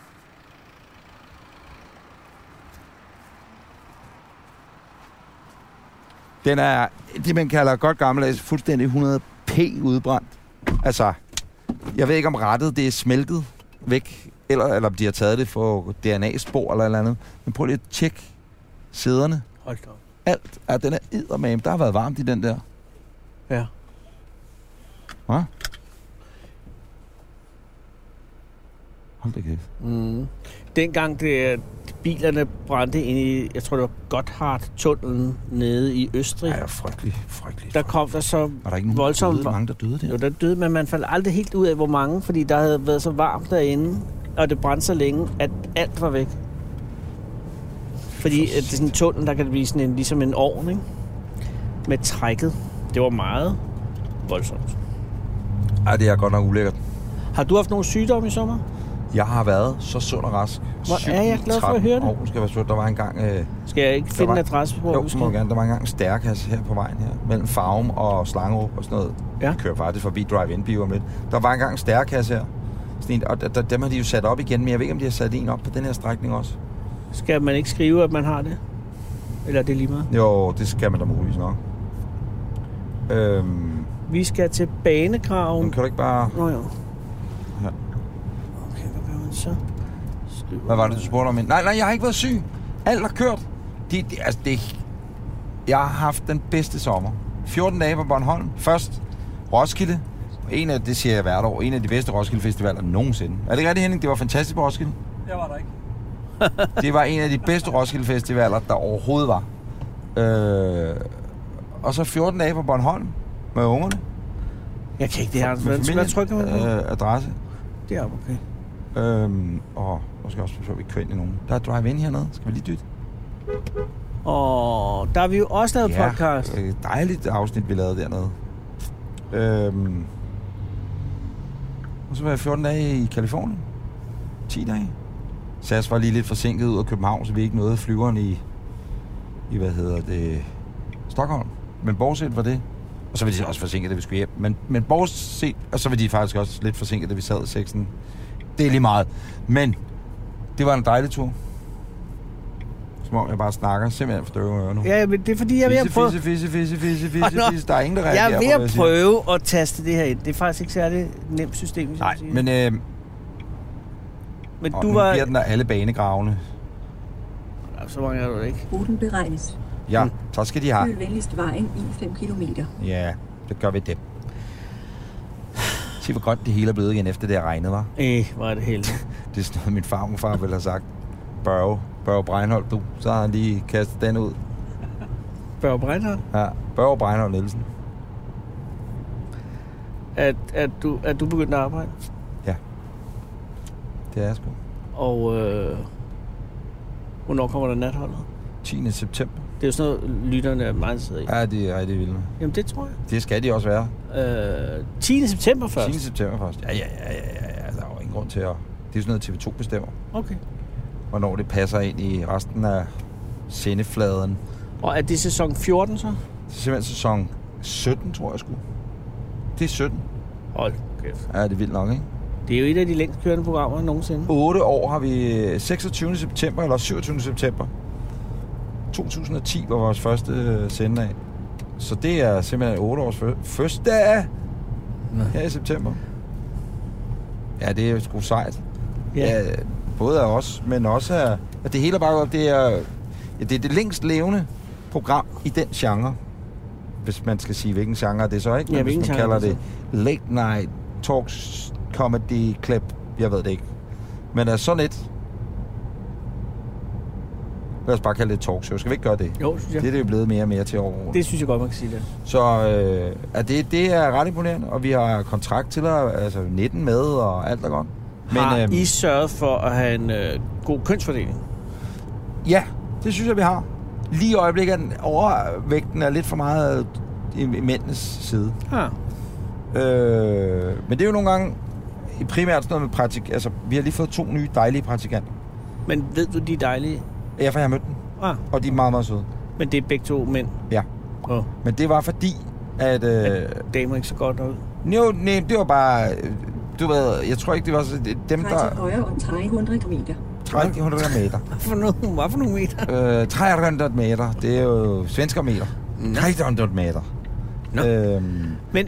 Den er det, man kalder godt gammeldags, fuldstændig 100p udbrændt. Altså, jeg ved ikke, om rettet det er smeltet væk, eller om de har taget det for DNA-spor eller andet. Men prøv lige at tjekke sæderne. Hold da op. Alt er den er eddermame. Der har været varmt i den der. Ja. Hvad? Hold da kæft. Dengang bilerne brændte ind i, jeg tror det var Gotthardtunnelen nede i Østrig. Ja, frygtelig. Der kom der så var der ikke nogen, voldsomt... mange, der døde der? Jo, der døde, men man faldt aldrig helt ud af, hvor mange, fordi der havde været så varmt derinde, og det brændte så længe, at alt var væk. Fordi det er sådan en tunnel, der kan det blive sådan en, ligesom en ovn, ikke? Med trækket. Det var meget voldsomt. Ej, det er godt nok ulækkert. Har du haft nogle sygdomme i sommer? Jeg har været så sund og rask. Hvor er jeg glad for at høre det. Skal jeg være der var engang... Skal jeg ikke finde en adresse på, jo, må gerne. Der var engang en stærkasse her på vejen her, mellem Farum og Slangerup og sådan noget. Ja. Jeg kører faktisk forbi Drive-In-bio om lidt. Der var engang en stærkasse her. Og dem har de jo sat op igen, men jeg ved ikke, om de har sat en op på den her strækning også. Skal man ikke skrive, at man har det? Eller er det lige meget? Jo, det skal man da muligvis nok. Vi skal til Banegraven. Kan du ikke bare... Nå jo. Ja. Okay, hvad gør man så? Hvad var det, du spurgte om? Nej, jeg har ikke været syg. Alt har kørt. Jeg har haft den bedste sommer. 14 dage på Bornholm. Først Roskilde. Det siger jeg hvert år, en af de bedste Roskilde-festivaler nogensinde. Er det ikke rigtigt, Henning? Det var fantastisk på Roskilde. Jeg var der ikke. Det var en af de bedste Roskilde-festivaler, der overhovedet var. Og så 14 dage på Bornholm med ungerne. Jeg kan ikke det her. Hvad trykker man på? Adresse. Det er okay. Nu skal jeg også forsøge, at vi kører ind i nogen. Der er drive-in hernede. Skal vi lige dytte? Og der har vi jo også lavet podcast. Ja, dejligt afsnit, vi lavede dernede. Og så var jeg 14 dage i Kalifornien. 10 dage. SAS var lige lidt forsinket ud af København, så vi ikke nåede flyveren i Stockholm. Men bortset var det. Og så var de også forsinket, da vi skulle hjem. Men bortset, og så var de faktisk også lidt forsinket, da vi sad i 6'en. Det er lige meget. Men det var en dejlig tur. Som om jeg bare snakker simpelthen for døve ører nu. Ja, men det er fordi, jeg er ved at prøve... Fisse. Der er ingen, der reagerer på, jeg er ved at prøve at taste det her ind. Det er faktisk ikke særlig nemt system, hvis nej, jeg siger. Men du var... bliver den der alle banegravene. Så mange er du ikke. Ruten beregnes. Ja, så skal de have. Følg venligst vejen i 5 kilometer. Ja, det gør vi det. Se, hvor godt det hele er blevet igen, efter det her regnede, var. Hvor er det heldigt. Det er sådan noget, min farmor ville have sagt. Børge Breinholt, du. Så har han lige kastet den ud. Børge Breinholt? Ja, Børge Breinholt Nielsen. Er du begyndt at arbejde? Ja. Det er jeg sgu. Og hvornår kommer der natholdet? 10. september. Det er jo sådan noget, lytterne er meget sidder i. Ja, det er rigtig vildt. Jamen, det tror jeg. Det skal de også være. 10. september først? 10. september først. Ja. Der er jo ingen grund til at... Det er sådan noget, TV2 bestemmer. Okay. Hvornår det passer ind i resten af sendefladen. Og er det sæson 14 så? Det er simpelthen sæson 17, tror jeg sgu. Det er 17. Hold kæft. Ja, det er vildt nok, ikke? Det er jo et af de længst kørende programmer nogensinde. 8 år har vi 26. september eller 27. september. 2010 var vores første sendedag. Så det er simpelthen 8 års første dag her i september. Ja, det er sgu sejt. Ja, både af os, men også af... Det hele er bare godt. Det er det længst levende program i den genre. Hvis man skal sige, hvilken genre det er så, ikke? Ja, hvis man kalder det late night talks, comedy, clip. Jeg ved det ikke. Men er sådan et... Lad os bare kalde det et talkshow. Skal vi ikke gøre det? Jo, synes jeg. Det er det jo blevet mere og mere til overhovedet. Det synes jeg godt, man kan sige det. Så det er ret imponerende, og vi har kontrakt til at 19 med, og alt er godt. Har I sørget for at have en god kønsfordeling? Ja, det synes jeg, vi har. Lige i øjeblikket er overvægten er lidt for meget i mændenes side. Ja. Men det er jo nogle gange primært sådan noget med altså, vi har lige fået 2 nye dejlige praktikanter. Men ved du, de er dejlige? Ja, for jeg har mødt dem. Ah. Og de er meget, meget søde. Men det er begge 2 mænd? Ja. Oh. Men det var fordi, at damer ikke så godt ud? Jo, nej, det var bare... Du ved, jeg tror ikke, det var dem, der... 30 om 300 meter. 300 meter. Hvad for nogle meter? 300 meter. Det er jo svenskermeter. 300 meter. Men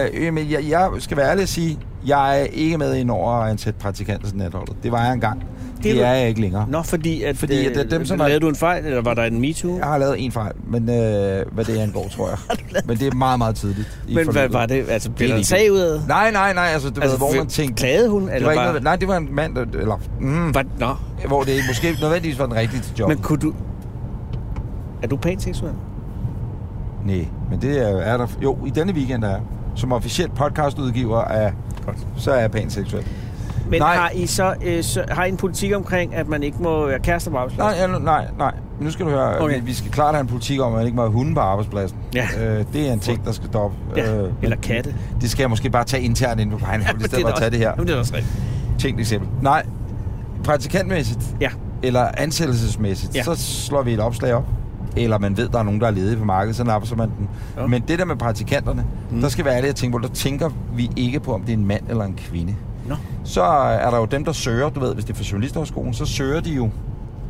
jeg skal være ærlig at sige, jeg er ikke med i en år at ansætte praktikanter til natholdet. Det var jeg engang. Det er jeg ikke længere. Nå, fordi at det er dem, som lavede du en fejl, eller var der en MeToo? Jeg har lavet en fejl, men hvad det angår, tror jeg. Men det er meget, meget tidligt. Men hvad var det? Altså, blev der en sag ud af? Nej, altså, du ved, hvor man tænkte... Klagede hun, eller det var ikke nej, det var en mand, hvor det måske nødvendigvis var den rigtige til job. Men kunne du... Er du panseksuel? Nej, men det er der... Jo, i denne weekend er jeg. Som officielt podcastudgiver af... Så er jeg panseksuel. Men har I så har I en politik omkring, at man ikke må være kærester på arbejdspladsen? Nej. Nu skal du høre. Okay. Vi skal klart have en politik om, at man ikke må have hunde på arbejdspladsen. Ja. Det er en ting, der skal stoppe. Ja. Eller katte. Det skal jeg måske bare tage internt ind på vejen. I stedet for at tage det her. Det er også rigtigt. Tænk eksempel. Nej, praktikantmæssigt. Ja. Eller ansættelsesmæssigt. Ja. Så slår vi et opslag op. Eller man ved, der er nogen, der er ledige på markedet, så napper man den. Ja. Men det der med praktikanterne, der skal være ærlig at tænke på, der tænker vi ikke på, om det er en mand eller en kvinde. No. Så er der jo dem, der søger, du ved, hvis det er for journalisterhøjskolen, så søger de jo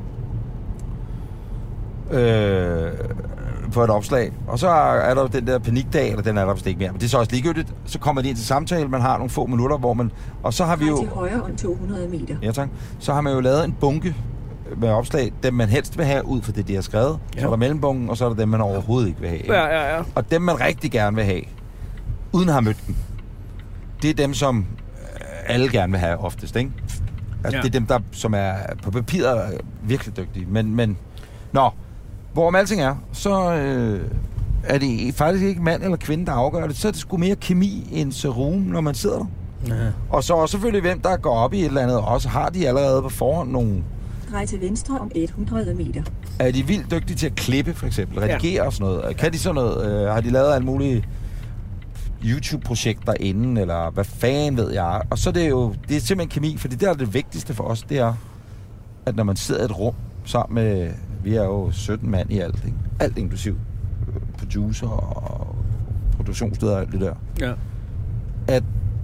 på et opslag. Og så er der jo den der panikdag, eller den er der vist ikke mere. Men det er så også ligegyldigt. Så kommer de ind til samtale, man har nogle få minutter, hvor man... Og så har vi jo... til højre om 200 meter. Ja, tak. Så har man jo lavet en bunke med opslag, dem man helst vil have ud for det, de har skrevet. Ja. Så er der mellembunken, og så er der dem, man overhovedet ikke vil have. Ja. Og dem, man rigtig gerne vil have, uden at have mødt dem, det er dem, som alle gerne vil have oftest, ikke? Altså, det er dem, der som er på papiret virkelig dygtige. Men hvorom alting er, så er det faktisk ikke mand eller kvinde, der afgør det. Så er det sgu mere kemi end serum, når man sidder der. Ja. Og så også selvfølgelig, hvem der går op i et eller andet, og så har de allerede på forhånd nogle... Drej til venstre om 100 meter. Er de vildt dygtige til at klippe, for eksempel? Redigere og sådan noget? Kan de sådan noget? Har de lavet alle mulige YouTube-projekter inden, eller hvad fanden ved jeg? Og så er det jo... Det er simpelthen kemi, fordi det er det vigtigste for os, det er, at når man sidder i et rum sammen med... Vi er jo 17 mand i alt, ikke? Alt inklusiv producer og produktionssteder og alt det der. Ja. At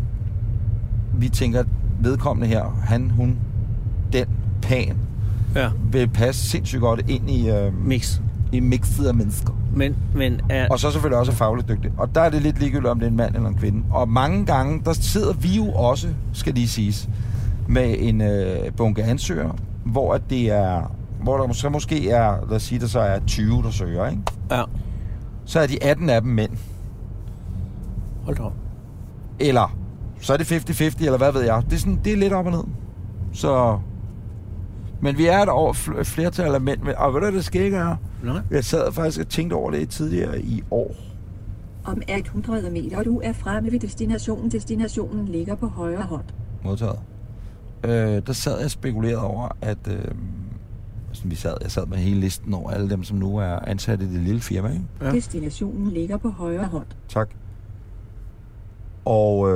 vi tænker, at vedkommende her, han, hun, den, pan, vil passe sindssygt godt ind i... I mixet af mennesker. Men og så selvfølgelig også fagligt dygtig. Og der er det lidt ligegyldigt, om det er en mand eller en kvinde. Og mange gange, der sidder vi jo også, skal lige siges, med en bunke ansøgere, hvor at det er... Hvor der så måske er, lad os sige, der så er 20, der søger, ikke? Ja. Så er de 18 af dem mænd. Hold da op. Eller, så er det 50-50, eller hvad ved jeg. Det er, sådan, det er lidt op og ned. Så... Men vi er et flertal af mænd. Og ved du, det skal ikke er? Nej. Jeg sad faktisk og tænkte over det tidligere i år. Om 100 meter, og du er fremme ved destinationen. Destinationen ligger på højre hånd. Modtaget. Der sad jeg og spekulerede over, at... jeg sad med hele listen over alle dem, som nu er ansat i det lille firma, ikke? Ja. Destinationen ligger på højre hånd. Tak. Og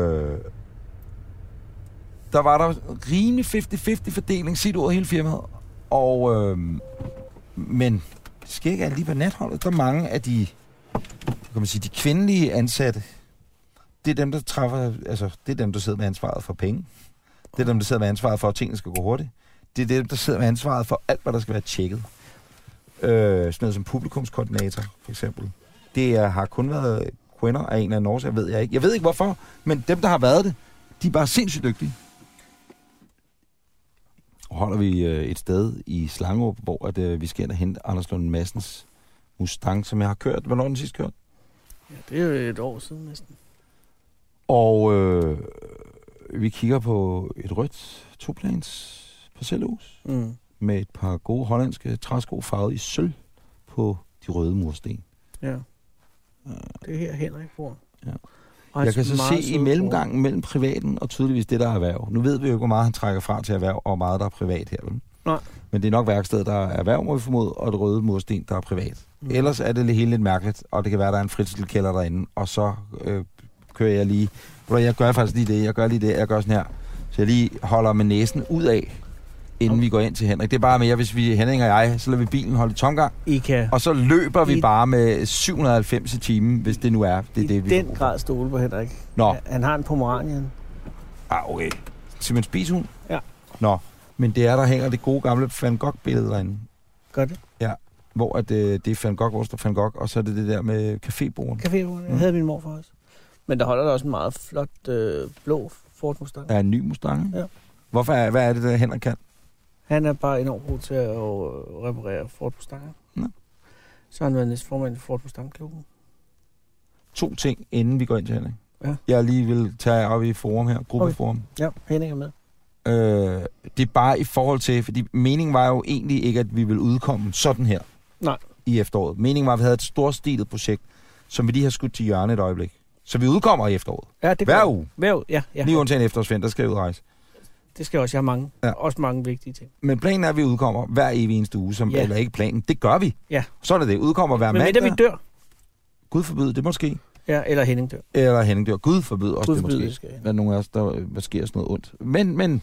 der var der rimelig 50-50 fordeling, sit ud af hele firmaet. Og men det sker ikke lige på natholdet. Der er mange af de, kan man sige, de kvindelige ansatte. Det er dem, der træffer, altså det er dem, der sidder med ansvaret for penge. Det er dem, der sidder med ansvaret for, at tingene skal gå hurtigt. Det er dem, der sidder med ansvaret for alt, hvad der skal være tjekket. Sådan noget som publikumskoordinator, for eksempel. Det har kun været kvinder af en eller anden årsag, ved jeg ikke. Jeg ved ikke hvorfor, men dem, der har været det, de er bare sindssygt dygtige. Og holder vi et sted i Slangerup, hvor at, vi skal ind og hente Anders Lund Madsens Mustang, som jeg har kørt. Hvornår den sidst kørt? Ja, det er jo et år siden næsten. Og vi kigger på et rødt toplans parcelhus med et par gode hollandske træsko farvet i sølv på de røde mursten. Ja. Det er her Henrik bor. Ja. Jeg kan så se i mellemgangen mellem privaten og tydeligvis det, der er erhverv. Nu ved vi jo ikke, hvor meget han trækker fra til erhverv, og hvor meget der er privat her. Vel? Nej. Men det er nok værkstedet, der er erhverv, må vi formode, og det røde mursten, der er privat. Ellers er det hele lidt mærkeligt, og det kan være, der er en fritidskælder derinde, og så kører jeg lige... Jeg gør faktisk lige det, jeg gør sådan her. Så jeg lige holder med næsen ud af, inden vi går ind til Henrik. Det er bare mere, hvis vi, Henrik og jeg, så lader vi bilen holde i tomgang. Og så løber vi bare med 790 i timen, hvis det nu er. Det er det, vi den grad stole på Henrik. Nå. Han har en Pomeranian. Okay. Simpelthen spishund? Ja. Nå. Men det er, der hænger det gode gamle Van Gogh-billede derinde. Gør det? Ja. Hvor at, det er Van Gogh, hvor der Van Gogh, og så er det det der med cafébordene. Cafébordene, havde min morfar også. Men der holder der også en meget flot blå Ford Mustang. Ja, en ny Mustang. Ja. Hvad er det, der Henrik kan? Han er bare enormt god til at reparere Ford Mustanger. Nå. Så har han været næstformand for Ford Mustang-klubben. 2 ting, inden vi går ind til Henning. Ja. Jeg lige vil tage op i forum her, gruppeforum. Okay. Ja, Henning er med. Det er bare i forhold til, fordi meningen var jo egentlig ikke, at vi ville udkomme sådan her. Nej. I efteråret. Meningen var, at vi havde et storstilet projekt, som vi lige har skudt til hjørne et øjeblik. Så vi udkommer i efteråret. Ja, det hver uge. Hver uge, ja. Lige undtagen efterårsferien, der skal jeg ud og rejse. Det skal også. Jeg har mange. Ja. Også mange vigtige ting. Men planen er, at vi udkommer hver evig eneste uge, eller ikke planen. Det gør vi. Ja. Sådan er det. Udkommer hver mandag. Men vi dør. Gud forbyde det måske. Ja, eller Henning dør. Eller Henning dør. Gud forbyde også det måske. Skal, ja. Der er nogle af os, der sker sådan noget ondt. Men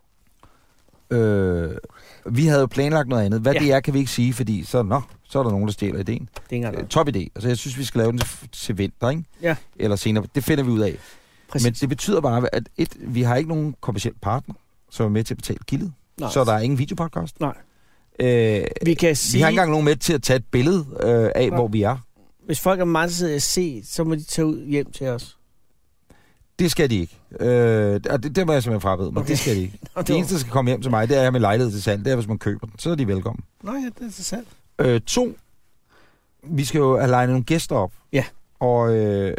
vi havde jo planlagt noget andet. Hvad det er, kan vi ikke sige, fordi så er der nogen, der stjæler ideen. Top idé. Altså, jeg synes, vi skal lave den til vinter, ikke? Ja. Eller senere. Det finder vi ud af. Præcis. Men det betyder bare, at vi har ikke nogen kommerciel partner, som er med til at betale gildet. Så der er ingen videopodcast. Nej. Vi har ikke engang nogen med til at tage et billede af, hvor vi er. Hvis folk er meget interesseret i at se, så må de tage ud hjem til os. Det skal de ikke. Det må jeg simpelthen frabede, men det skal de ikke. Det eneste, der skal komme hjem til mig, det er med lejlighed til salg. Det er, hvis man køber den. Så er de velkommen. Nå ja, det er til salg. 2. Vi skal jo have legnet nogle gæster op. Ja. Og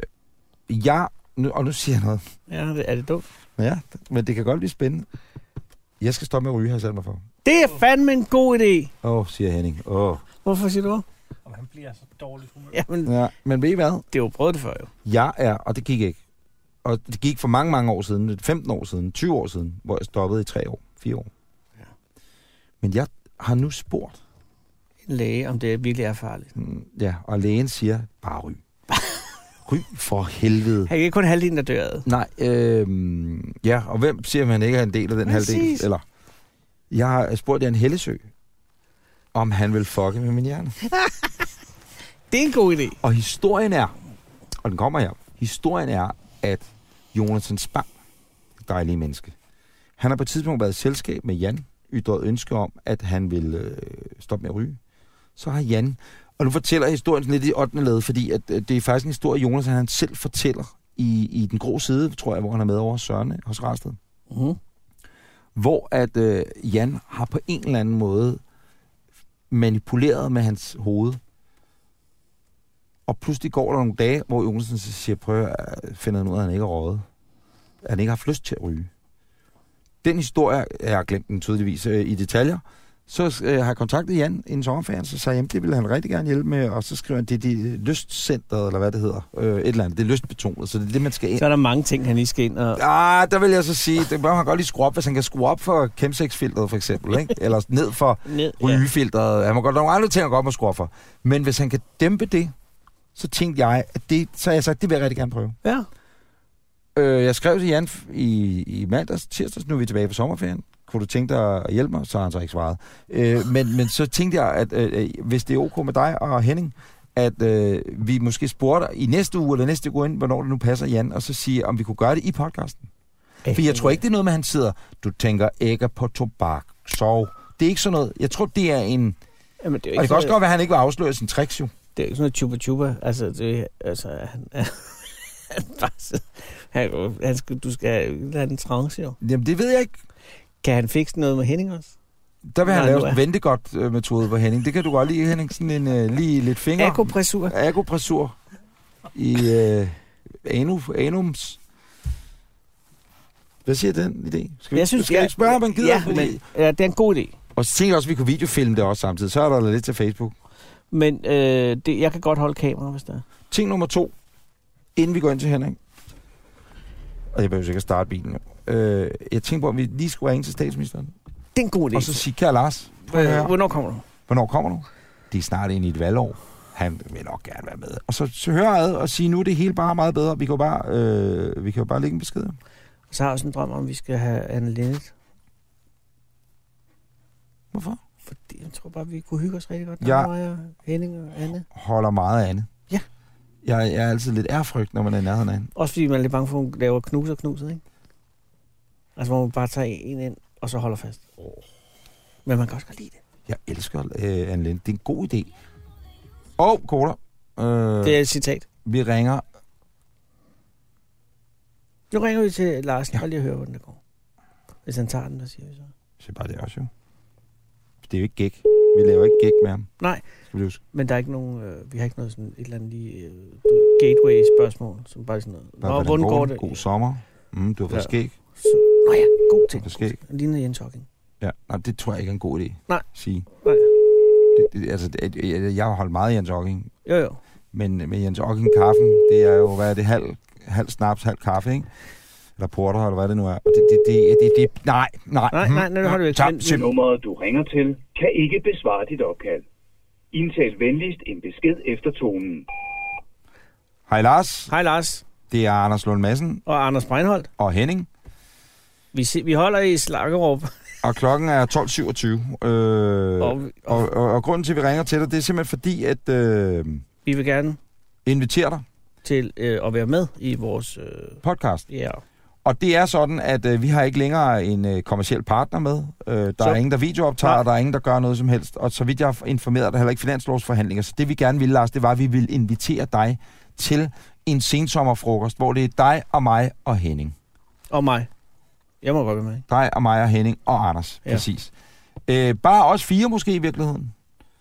nu siger jeg noget. Ja, er det dumt? Ja, men det kan godt blive spændende. Jeg skal stoppe med at ryge, har jeg sat mig for. Det er fandme en god idé. Siger Henning. Hvorfor siger du det? Og han bliver så dårligt humør. Men ved I hvad? Det er jo prøvet det før, jo. Jeg er, og det gik ikke. Og det gik for mange, mange år siden, 15 år siden, 20 år siden, hvor jeg stoppede i 3 år, 4 år. Ja. Men jeg har nu spurgt en læge, om det virkelig er farligt. Ja, og lægen siger, bare ryg. Ryg for helvede. Han er ikke kun halvdelen, der dør ad. Nej, ja, og hvem siger, man ikke er en del af den halvdel? Eller, jeg har spurgt Jan Hellesø, om han vil fucke med min hjerne. Det er en god idé. Og historien er, og den kommer her, historien er, at Jonathan Spang, dejlige menneske, han har på et tidspunkt været i selskab med Jan, ytret ønske om, at han vil stoppe med at ryge. Så har Jan, og nu fortæller historien lidt i 8. led, fordi at det er faktisk en historie, Jonathan han selv fortæller i Den Grå Side, tror jeg, hvor han er med over Sørne hos Rasted. Hvor at Jan har på en eller anden måde manipuleret med hans hoved. Og pludselig går der nogle dage, hvor Jonathan siger, prøv at finde ud af, at han ikke er røget. At han ikke har haft lyst til at ryge. Den historie, jeg har glemt den tydeligvis i detaljer, så har jeg kontaktet Jan inden sommerferien, så sagde jeg, det ville han rigtig gerne hjælpe med, og så skriver han, det er de lystcentret, eller hvad det hedder, et eller andet, det er lystbetonet, så det er det, man skal ind. Så er der mange ting, han lige skal ind og... Der vil jeg så sige, det bør han godt lige skrue op, hvis han kan skrue op for Chemsex-filteret for eksempel, ikke? Eller ned for rygefilteret. Han må godt nogle andre ting, han godt må skrue op for. Men hvis han kan dæmpe det, så tænkte jeg, at så har jeg sagt, det vil jeg rigtig gerne prøve. Ja. Jeg skrev til Jan i mandags, tirsdags, nu er vi tilbage på sommerferien. Kunne du tænke dig at hjælpe mig? Så har han så ikke svaret. Men så tænkte jeg, at hvis det er ok med dig og Henning, at vi måske spurgte i næste uge eller næste uge ind, hvornår det nu passer Jan, og så sige, om vi kunne gøre det i podcasten. For jeg tror ikke, det er noget med, han sidder, du tænker ægger på tobak, sov. Det er ikke sådan noget. Jeg tror, det er en... Jamen, det er ikke og det kan også godt være, at han ikke vil afsløre sin tricks, jo. Det er ikke sådan noget chupa-chupa. Du skal lade den trance, jo. Jamen, det ved jeg ikke. Kan han fikse noget med Henning også? Der vil han lave en ventegodt-metode på Henning. Det kan du godt lide, Henning. Sådan en lige lidt finger. Akupressur. I anums. Hvad siger den idé? Skal jeg spørge, om han gider? Ja, det er en god idé. Og så tænker jeg også, at vi kunne videofilme det også samtidig. Så er der lidt til Facebook. Men jeg kan godt holde kamera, hvis der er. Ting nummer 2. Inden vi går ind til Henning. Og jeg behøver sikkert starte bilen nu. Jeg tænker på, at vi lige skulle ringe til statsministeren. Det er en god idé. Og så sige, kære Lars. Hvornår kommer du? Det er snart ind i et valgår. Han vil nok gerne være med. Og så hører jeg og sige, nu er det hele bare meget bedre. Vi kan jo bare lægge en besked. Og så har jeg også en drøm om, at vi skal have Anne Linnet. Hvorfor? Fordi jeg tror bare, vi kunne hygge os rigtig godt. Der Henning og Anne. Holder meget af Anne. Ja. Jeg er altid lidt ærfrygt, når man er i nærheden af Anne. Også fordi man er lidt bange for, at hun laver knuset, ikke? Altså, hvor man bare tager en ind, og så holder fast. Men man kan også godt lide det. Jeg elsker Anne Linnet. Det er en god idé. Koder. Det er et citat. Vi ringer. Nu ringer vi til Larsen. Ja. Bare lige at høre, hvordan det går. Hvis han tager den, så siger vi så. Så bare det også jo. det er jo ikke gæk. Vi laver ikke gæk med ham. Nej, skal vi huske. men der er ikke nogen, vi har ikke noget sådan et eller andet lige gateway-spørgsmål, som bare sådan noget. Hvordan går det? God sommer. Du har fået skæg. Nå ja, god ting. For skæg. Ligner Jens Hocking. Ja, nej, det tror jeg ikke er en god idé. Nej. Sige. Nej. Jeg har holdt meget Jens Hocking. Jo. Men med Jens Hocking kaffen, det er jo, hvad er det, halv snaps, halv kaffe, ikke? Eller porter, eller hvad det nu er. Og nej. Nej, har du ikke. Nummeret, du ringer til, kan ikke besvare dit opkald. Indtal venligst en besked efter tonen. Hej Lars. Hej Lars. Det er Anders Lund Madsen. Og Anders Breinholt. Og Henning. Vi holder i Slakkerup. Og klokken er 12.27. Og grunden til, at vi ringer til dig, det er simpelthen fordi, at vi vil gerne invitere dig til at være med i vores podcast. Ja. Og det er sådan, at vi har ikke længere en kommerciel partner med. Der er ingen, der videooptager, og der er ingen, der gør noget som helst. Og så vidt jeg har informeret, der er heller ikke finanslovsforhandlinger. Så det vi gerne ville, Lars, det var, at vi ville invitere dig til en sensommerfrokost, hvor det er dig og mig og Henning. Og mig. Jeg må godt være med. Dig og mig og Henning og Anders, præcis. Bare os 4 måske i virkeligheden.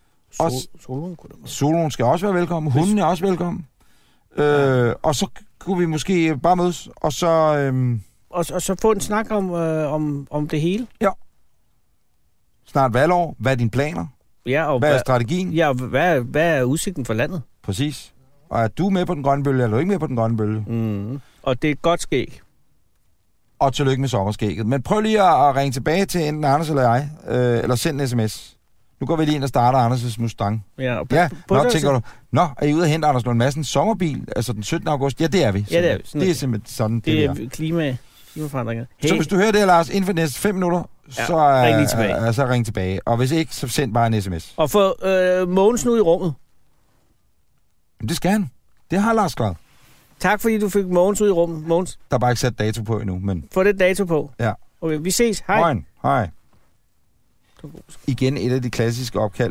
Solon skal også være velkommen. Hunden er også velkommen. Og så kunne vi måske bare mødes, og så... Og så få en snak om det hele. Ja. Snart valgår. Hvad er dine planer? Ja, og hvad er strategien? Ja, og hvad er udsigten for landet? Præcis. Og er du med på den grønne bølge, eller er du ikke med på den grønne bølge? Og det er et godt skæg. Og tillykke med sommerskægget. Men prøv lige at ringe tilbage til enten Anders eller jeg, eller send en sms. Nu går vi lige ind og starter Anders' Mustang. Ja, tænker du, er I ude at hente Anders Lund Madsen sommerbil, altså den 17. august? Ja, det er vi. Ja, det er vi. Det er simpelthen sådan, det er. Klimaforandringer. Hey. Så hvis du hører det, Lars, inden for de næste 5 minutter, så ring tilbage. Og hvis ikke, så send bare en sms. Og få Mogensen ud i rummet. Det skal han. Det har Lars skrevet. Tak fordi du fik Mogens ud i rummet. Mogens. Der er bare ikke sat dato på endnu, men... Få det dato på. Ja. Okay, vi ses. Hej. Hej. Igen et af de klassiske opkald,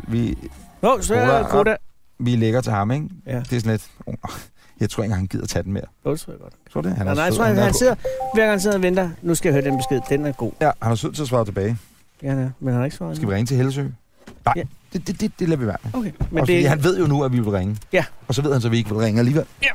vi lægger til ham, ikke? Ja. Det er sådan lidt... Jeg tror ikke engang, han gider tage den mere. Det tror jeg godt. Tror det? Han sidder hver gang han sidder og venter. Nu skal jeg høre den besked. Den er god. Ja, han er sød til at svare tilbage. Ja, men han har ikke svaret. Skal vi ringe til Hellesø? Nej, ja. det lader vi være. Okay. Men fordi han ved jo nu, at vi vil ringe. Ja. Og så ved han så, at vi ikke vil ringe alligevel. Ja.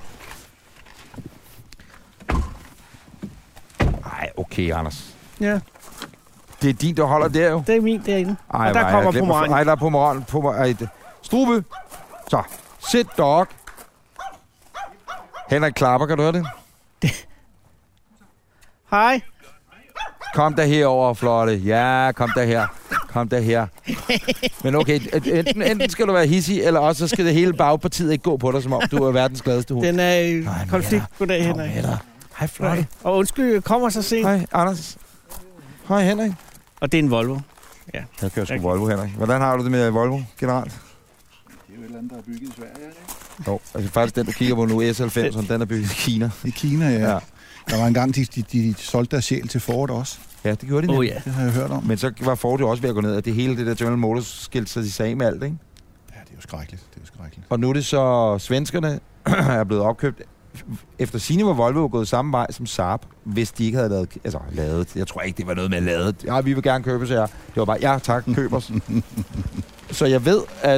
Ej, okay, Anders. Ja. Det er din, der holder der jo. Det er min derinde. Ej, og der kommer Pomeranian. Nej, der er Pomeranian. Strube. Så, sit dog. Henrik klapper, kan du høre det? Hej. Kom der herover, flotte. Ja, kom der her. Men okay, enten skal du være hissig, eller også så skal det hele bagpartiet ikke gå på dig, som om du er verdens gladeste hund. Den er i konflikt. Goddag, Henrik. Hej, flotte. Og undskyld, jeg kommer så sent. Hej, Anders. Hej, Henrik. Og det er en Volvo. Ja. Jeg kører sgu Volvo, Henrik. Hvordan har du det med Volvo generelt? Det er jo et eller andet, der er bygget i Sverige, ikke? Jo, altså faktisk den, du kigger på nu, S90, den er bygget i Kina. I Kina, ja. Der var engang, de solgte deres sjæl til Ford også. Ja, det gjorde de. Ja. Det har jeg hørt om. Men så var Ford jo også ved at gå ned, at det hele det der General Motors skilte sig de sagde med alt, ikke? Ja, det er jo skrækkeligt. Og nu er det så svenskerne er blevet opkøbt. Efter sigende var Volvo gået samme vej som Saab, hvis de ikke havde lavet. Jeg tror ikke, det var noget med lavet. Ja, vi vil gerne købe, så jeg. Det var bare, ja tak, køb os. Så jeg ved, at...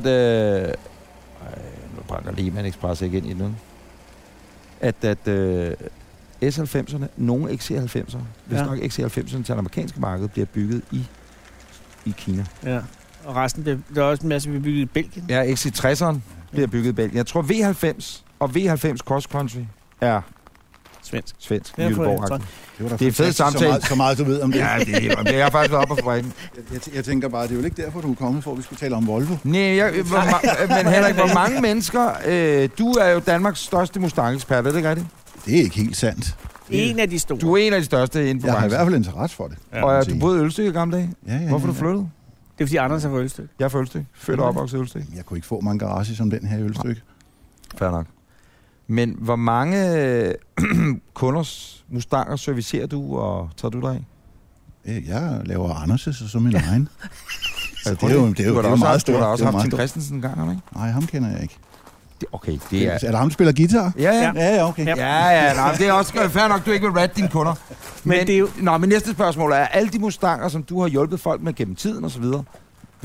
nu brænder Lehman Express ikke ind i nu. At S90'erne, nogle XC90'ere, hvis nok XC90'erne til det amerikanske marked, bliver bygget i Kina. Ja, og resten der er også en masse, vi bygget i Belgien. Ja, XC60'eren bliver bygget i Belgien. Jeg tror V90 og V90 Cross Country er svensk. Ja, det er fedt samtale. Så meget du ved om det. Ja, det er faktisk oppe på fabrikken. Jeg tænker bare, det er jo ikke derfor, du er kommet for, at vi skulle tale om Volvo. Nej, men Henrik, hvor mange mennesker... du er jo Danmarks største Mustang-ekspert, er det ikke rigtigt? Det er ikke helt sandt. En af de store. Du er en af de største inden for Jeg har i hvert fald interesse for det. Ja, og du boede i Ølstykke i gamle dage? Ja. Hvorfor er du flyttet? Det er fordi Anders er fra Ølstykke. Jeg er fra Ølstykke. Født og opvokset i Ølstykke. Jeg kunne ikke få mange garage som den her i Ølstykke. Fair nok. Men hvor mange kunders Mustanger servicerer du, og tager du dig af? Jeg laver Anders' og så min egen. Altså, det er jo meget stort. Du har også haft Tim Christensen en gang, har du ikke? Nej, ham kender jeg ikke. Okay, det er... Er der ham, der spiller guitar? Ja, okay. Ja, nej, det er også fair nok, du ikke vil ratte dine kunder. Men det er jo... men næste spørgsmål er, alle de Mustanger, som du har hjulpet folk med gennem tiden og så videre,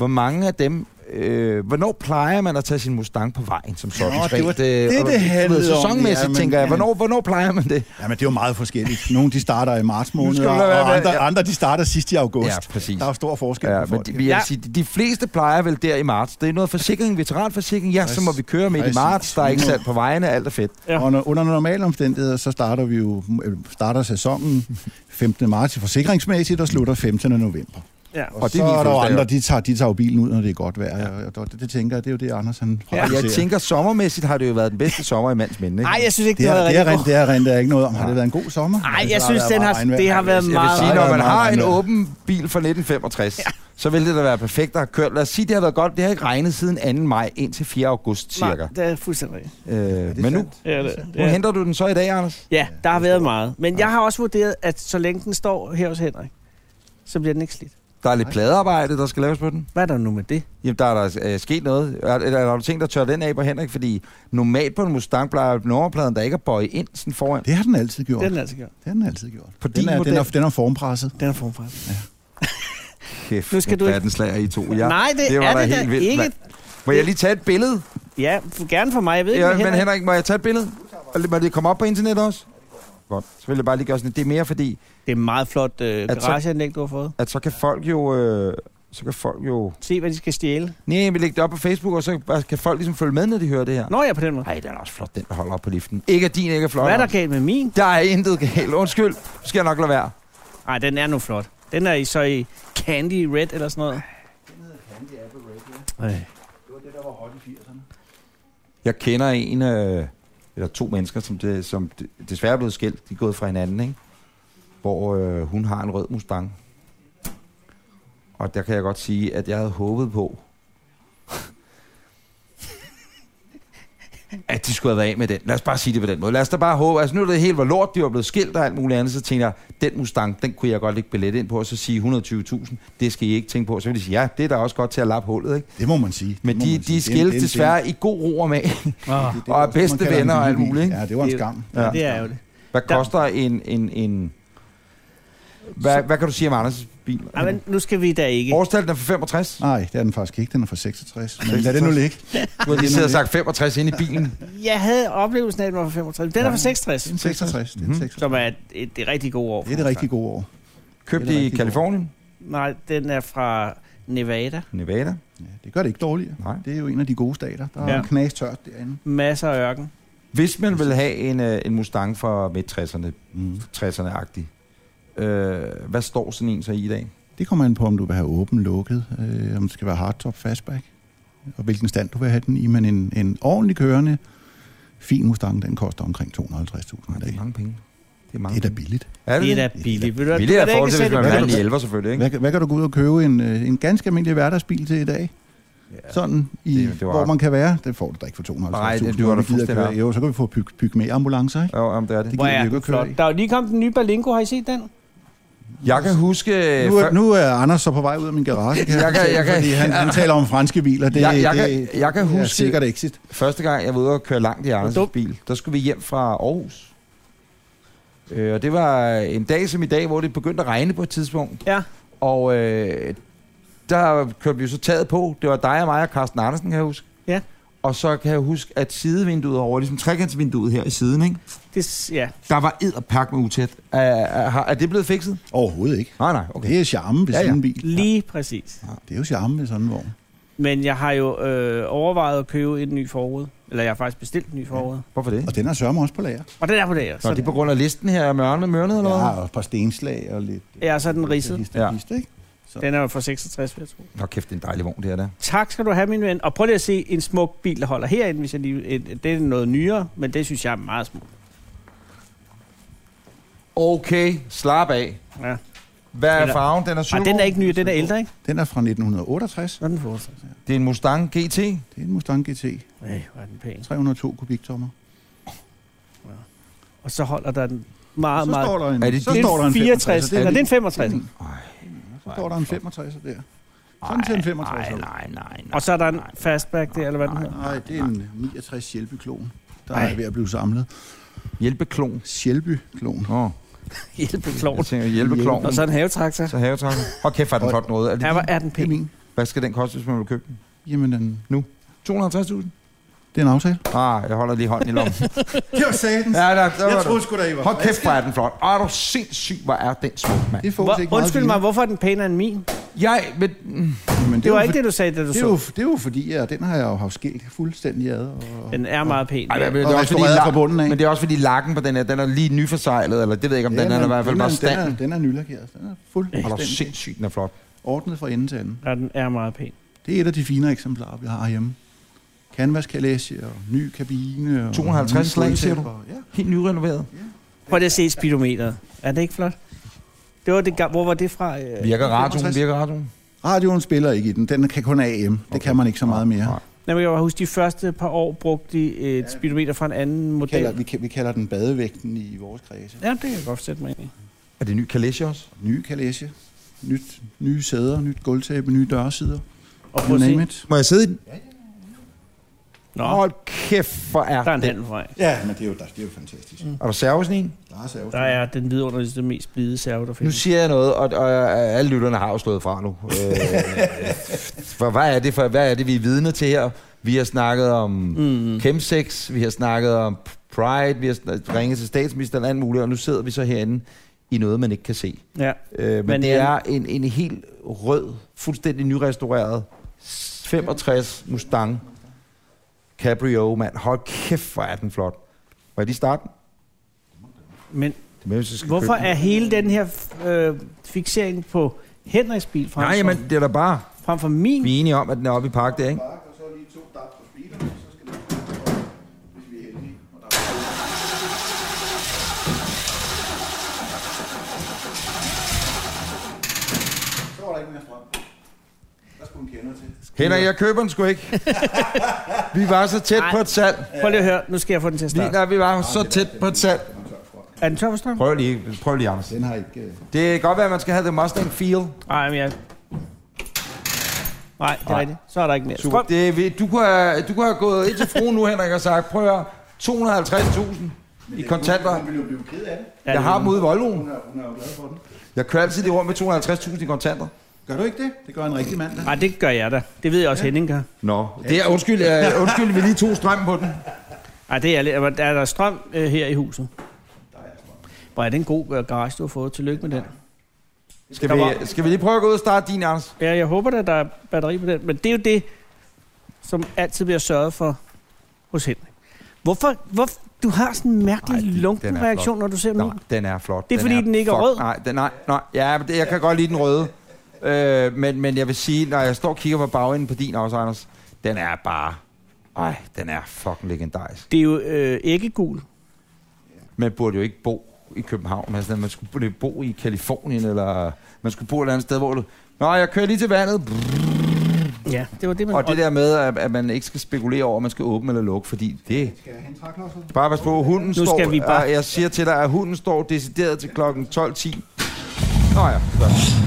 hvor mange af dem... hvornår plejer man at tage sin Mustang på vejen som sådan? Nå, det var det handlede om. Sæsonmæssigt, ja, tænker jeg. Hvornår plejer man det? Jamen, det er jo meget forskelligt. Nogle, de starter i marts måned, og andre, de starter sidst i august. Ja, præcis. Der er jo stor forskel på folk. Men jeg sige, de fleste plejer vel der i marts. Det er noget forsikring, veteranforsikring. Ja, så må vi køre midt i marts. Der er ikke sat på vejene, alt er fedt. Ja. Og under normale omstændigheder, så starter sæsonen 15. marts forsikringsmæssigt og slutter 15. november. Ja. Og så er der jo andre, de tager jo bilen ud, når det er godt vejr. Ja. Det tænker jeg, det er jo det, Anders han praktiserer. Jeg tænker, sommermæssigt har det jo været den bedste sommer i mands minde. Nej, jeg synes ikke, det er rent ikke noget om. Har det været en god sommer? Nej, jeg synes, det har været meget... Jeg vil sige, når man har en åben bil fra 1965, så vil det da være perfekt at have kørt. Lad os sige, det har været godt. Det har ikke regnet siden 2. maj indtil 4. august, cirka. Nej, det er fuldstændig men nu henter du den så i dag, Anders? Ja, der har været meget. Men jeg har også vurderet, at så længe den står her hos Henrik, så bliver den ikke slidt. Der er lidt pladearbejde, der skal laves på den. Hvad er der nu med det? Jamen, der er sket noget. Er du tænkt at tørre den af på Henrik? Fordi normalt på en Mustang plejer nummerpladen, der ikke er bøjet ind sådan foran. Det har den altid gjort. Den har altid gjort. På den er formpresset. Den er formpresset. Ja. Kæft, nu skal du ikke... slager I to. Ja, nej, det var da helt vildt. Ikke... Må jeg lige tage et billede? Ja, gerne for mig. Jeg ved ikke, men Henrik, må jeg tage et billede? Må det komme op på internet også? Godt. Så vil jeg bare lige gøre sådan. Det er mere fordi... Det er meget flot garageanlæg, du har fået. At så kan folk jo... Se, hvad de skal stjæle. Nej, vi lægger det op på Facebook, og så kan folk ligesom følge med, når de hører det her. Nå ja, på den måde. Nej, den er også flot, den der holder op på liften. Ikke at din ikke er flot. Hvad er der galt med min? Der er intet galt. Undskyld. Nu skal jeg nok lade være. Nej, den er nu flot. Den er så i Candy Red eller sådan noget. Den hedder Candy Apple Red, ja. Det var det, der var hot i 80'erne. Jeg kender eller to mennesker, som desværre er blevet skilt. De er gået fra hinanden, ikke? Hvor hun har en rød Mustang. Og der kan jeg godt sige, at jeg havde håbet på, at de skulle have været af med den. Lad os bare sige det på den måde. Lad os da bare håbe. Altså nu er det helt, hvor lort de var blevet skilt og alt muligt andet. Så tænker jeg, den Mustang, den kunne jeg godt lægge billet ind på, og så sige 120.000. Det skal I ikke tænke på. Så vil de sige, ja, det er da også godt til at lappe hullet, ikke? Det må man sige. Men de er skilt desværre i god ro og mag. Og er bedste venner og alt muligt, ikke? Ja, det var en skam. Ja, det er jo det. Hvad koster en hvad kan du sige om Anders' bil? Nej, men nu skal vi da ikke. Årstallet er for 65? Nej, det er den faktisk ikke. Den er for 66. Men lad det nu ligge. Du har lige siddet og sagt 65 inde i bilen. Jeg havde oplevelsen af, at den var for 65. Den er for 66. Den er 66. Det er 66. Som er det rigtig gode år. Det er det rigtig gode år. Købt i Kalifornien? Nej, den er fra Nevada. Nevada? Ja, det gør det ikke dårligere. Nej. Det er jo en af de gode stater. Der er knastørt derinde. Masser af ørken. Hvis man vil have en Mustang fra midt-60'erne, 60'erne-agtig, hvad står sådan en så i dag? Det kommer an på, om du vil have åben, lukket, om det skal være hardtop, fastback, og hvilken stand du vil have den i. Men en ordentlig kørende, fin Mustang, den koster omkring 250.000 i dag. Det er mange penge. Det er da billigt. Det er da billigt. Billigt er forhold til, hvis man vil have en 11 selvfølgelig, ikke? Hvad kan du gå ud og købe en ganske almindelig hverdagsbil til i dag? Ja, sådan, hvor man kan være. Det får du da ikke for 250.000. Nej, det var da fuldstændig. Jo, så kan vi få bygge med ambulancer, ikke? Jo, det er det. Hvor er det flot. Der er jo lige kommet en ny Berlingo. Har I set den? Jeg kan huske... Nu er Anders så på vej ud af min garage. Fordi han taler om franske biler. Jeg kan huske... sikkert exit. Første gang, jeg var ude og køre langt i Anders' bil, der skulle vi hjem fra Aarhus. Og det var en dag som i dag, hvor det begyndte at regne på et tidspunkt. Ja. Og der kørte vi så taget på. Det var dig og mig og Carsten Andersen, kan jeg huske. Ja. Og så kan jeg huske, at sidevinduet over, ligesom trekantsvinduet her i siden, ikke? Der var edderpak med utæt. Er det blevet fikset? Overhovedet ikke. Nej, okay. Det er charmen ved sådan en bil. Lige præcis. Ja, det er jo charmen ved sådan en vogn. Men jeg har jo overvejet at købe en ny forrude. Eller jeg har faktisk bestilt en ny forrude. Ja. Hvorfor det? Og den er sørme også på lager. Og den er på lager. Så det er på grund af listen her, mørnet, eller hvad? Ja, og et par stenslag og lidt... Ja, så er den ridset. Ikke? Så. Den er jo for 66, vil jeg tro. Nå kæft, det er en dejlig vogn, det her der. Tak skal du have, min ven. Og prøv lige at se en smuk bil, der holder herinde, hvis jeg lige... Det er noget nyere, men det synes jeg er meget smukt. Okay, slap af. Ja. Hvad er farven? Den er 7 år? Den er ikke ny, den er ældre, ikke? Den er fra 1968. Den er fra 68, ja. Det er en Mustang GT? Det er en Mustang GT. Nej, hvor er den pæn. 302 kubiktommer. Ja. Og så holder der den meget, så meget... Står der en, er det, så står der en 64. Det er en 65. Så står der en 65 der. Sådan til en 65. Nej. Og så er der en fastback der, eller hvad den hedder? Nej, det er en 69 hjælpeklon, der er ved at blive samlet. Hjælpeklon? Hjælpeklon. Hjælpeklon. Hjælpeklon. Og så en havetraktor. Hold kæft, er den flot noget. Er den pæn? Hvad skal den koste, hvis man vil købe den? Jamen, den... 250.000? Det er en aftale. Jeg holder lige hånden i lommen. Det var satans. Ja, jeg troede sgu da, I var hold kæft, hvor er den flot. Er du sindssygt, hvor er den smuk, mand. Det får ikke meget undskyld mig, hvorfor er den pænere end min? Men det var ikke det, du sagde, da du så. Det er jo fordi, den har jeg jo haft skilt fuldstændig ad. Den er meget pæn. Men det er også fordi, fra bunden af. Men det er også fordi lakken på den her, den er lige nyforsejlet, eller det ved jeg ikke, om den er i hvert fald bare stand. Den er nylakeret. Den er fuldstændig. Og der er sindssygt, den er flot. Ordnet fra ende til anden. Ja, den er meget pæn. Det er et af de finere eksemplarer, vi har hjemme. Canvas-kalesje og ny kabine. Og 250 slag, siger du? Ja. Helt nyrenoveret. Ja. Prøv lige at se speedometeret. Er det ikke flot? Det var det, hvor var det fra? Virker radioen? Radioen spiller ikke i den. Den kan kun AM. Det kan man ikke så meget mere. Jeg kan huske, de første par år brugte de et speedometer fra en anden model. Vi kalder den badevægten i vores kredse. Ja, det kan jeg godt sætte mig ind i. Er det ny kalesje også? Ny kalesje. Nye sæder, nyt gulvtæppe, nye dørsider. Og prøv at se. Må jeg sidde i den? Nå. Hold kæft, hvor er der er en handel fra. Ja, men det er jo fantastisk. Er der servosen i en? Der er den vidunderligste, mest blide servo, der findes. Nu siger jeg noget, og alle lytterne har jo slået fra nu. For hvad er det, vi er vidne til her? Vi har snakket om chemsex, vi har snakket om pride, vi har ringet til statsministeren og alt muligt, og nu sidder vi så herinde i noget, man ikke kan se. Ja. Men det er en helt rød, fuldstændig nyrestaureret 65 Mustang Cabrio, mand. Hold kæft, hvor er den flot. Var det i starten? Men hvorfor er hele den her fiksering på Henriks bil frem? Nej, men det er da bare... Frem for min? Vi er enige om, at den er oppe i park der, ikke? Og så lige 2 dap på speederne, så skal det hvis vi er heldige. Så var der ikke mere strøm. Der skulle en kender til. Henrik, jeg køber den sgu ikke. Vi var så tæt på et salg. Prøv lige at høre, nu skal jeg få den til at starte. Vi var så tæt på et salg. Er den tør for strøm? Prøv lige, Anders. Den har ikke... Det kan godt være, at man skal have the Mustang feel. Nej, men jeg... Nej, det er rigtigt. Så er der ikke mere strøm. Du kunne have gået ind til fruen nu, Henrik, og sagt, prøv at høre, 250.000 i kontanter. Hun ville jo blive ked af det. Jeg har dem ude i Volvoen. Hun er jo glad for den. Jeg kører altid det rum med 250.000 i kontanter. Gør du ikke det? Det gør en rigtig mand. Nej, det gør jeg da. Det ved jeg også, Henning gør. Nå, det er undskyld, vi lige tog strøm på den. Nej, det er lidt. Er der strøm her i huset? Der er strøm. Hvor er det en god garage, du har fået. Tillykke med den. Skal vi lige prøve at gå ud og starte din, Anders? Ja, jeg håber, at der er batteri på den. Men det er jo det, som altid bliver sørget for hos Henrik. Hvorfor du har sådan en mærkelig lunken reaktion, når du ser den? Den er flot. Det er fordi, den ikke er rød? Nej. Ja, jeg kan godt lide den røde. Men jeg vil sige, når jeg står og kigger på bagenden på din også, Anders, den er bare... den er fucking legendarisk. Det er jo æggegul. Man burde jo ikke bo i København. Altså, man skulle bo i Kalifornien, eller man skulle bo et eller andet sted, hvor du... Nå, jeg kører lige til vandet. Ja, det var det, man... Og det der med, at man ikke skal spekulere over, om man skal åbne eller lukke, fordi det... Skal jeg have en træklodser? Bare pas på, hunden nu står... Skal vi bare... Jeg siger til dig, at hunden står decideret til klokken 12:10. Nå ja, så.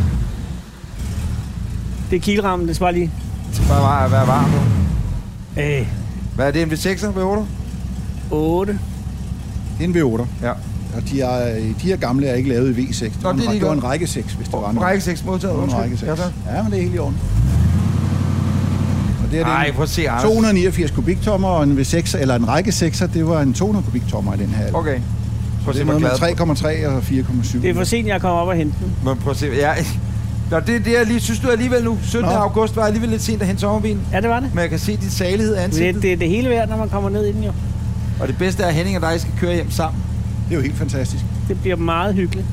Det er kielrammen, det skal bare lige... Det skal bare være varm nu. Hvad er det, en V6'er, V8'er? 8. Det er en V8'er. Ja. Og de her gamle er ikke lavet i V6. Det var en række 6, hvis det var en række 6 modtaget. En række 6. Ja, men det er helt i orden. Og det er prøv at se, Anders. 289 kubiktommer og en V6 eller en række 6'er, det var en 200 kubiktommer i den her. Okay. Prøv at se, det er 3,3 og 4,7. Det er for sent, jeg kommer op og hente den. Men prøv at se, Nå, det jeg lige synes du alligevel nu. 17. august var alligevel lidt sent at hente sommerbilen. Ja, det var det. Men jeg kan se dit salighed af ansigtet. Det er det hele værd, når man kommer ned i den jo. Og det bedste er, at Henning og dig skal køre hjem sammen. Det er jo helt fantastisk. Det bliver meget hyggeligt.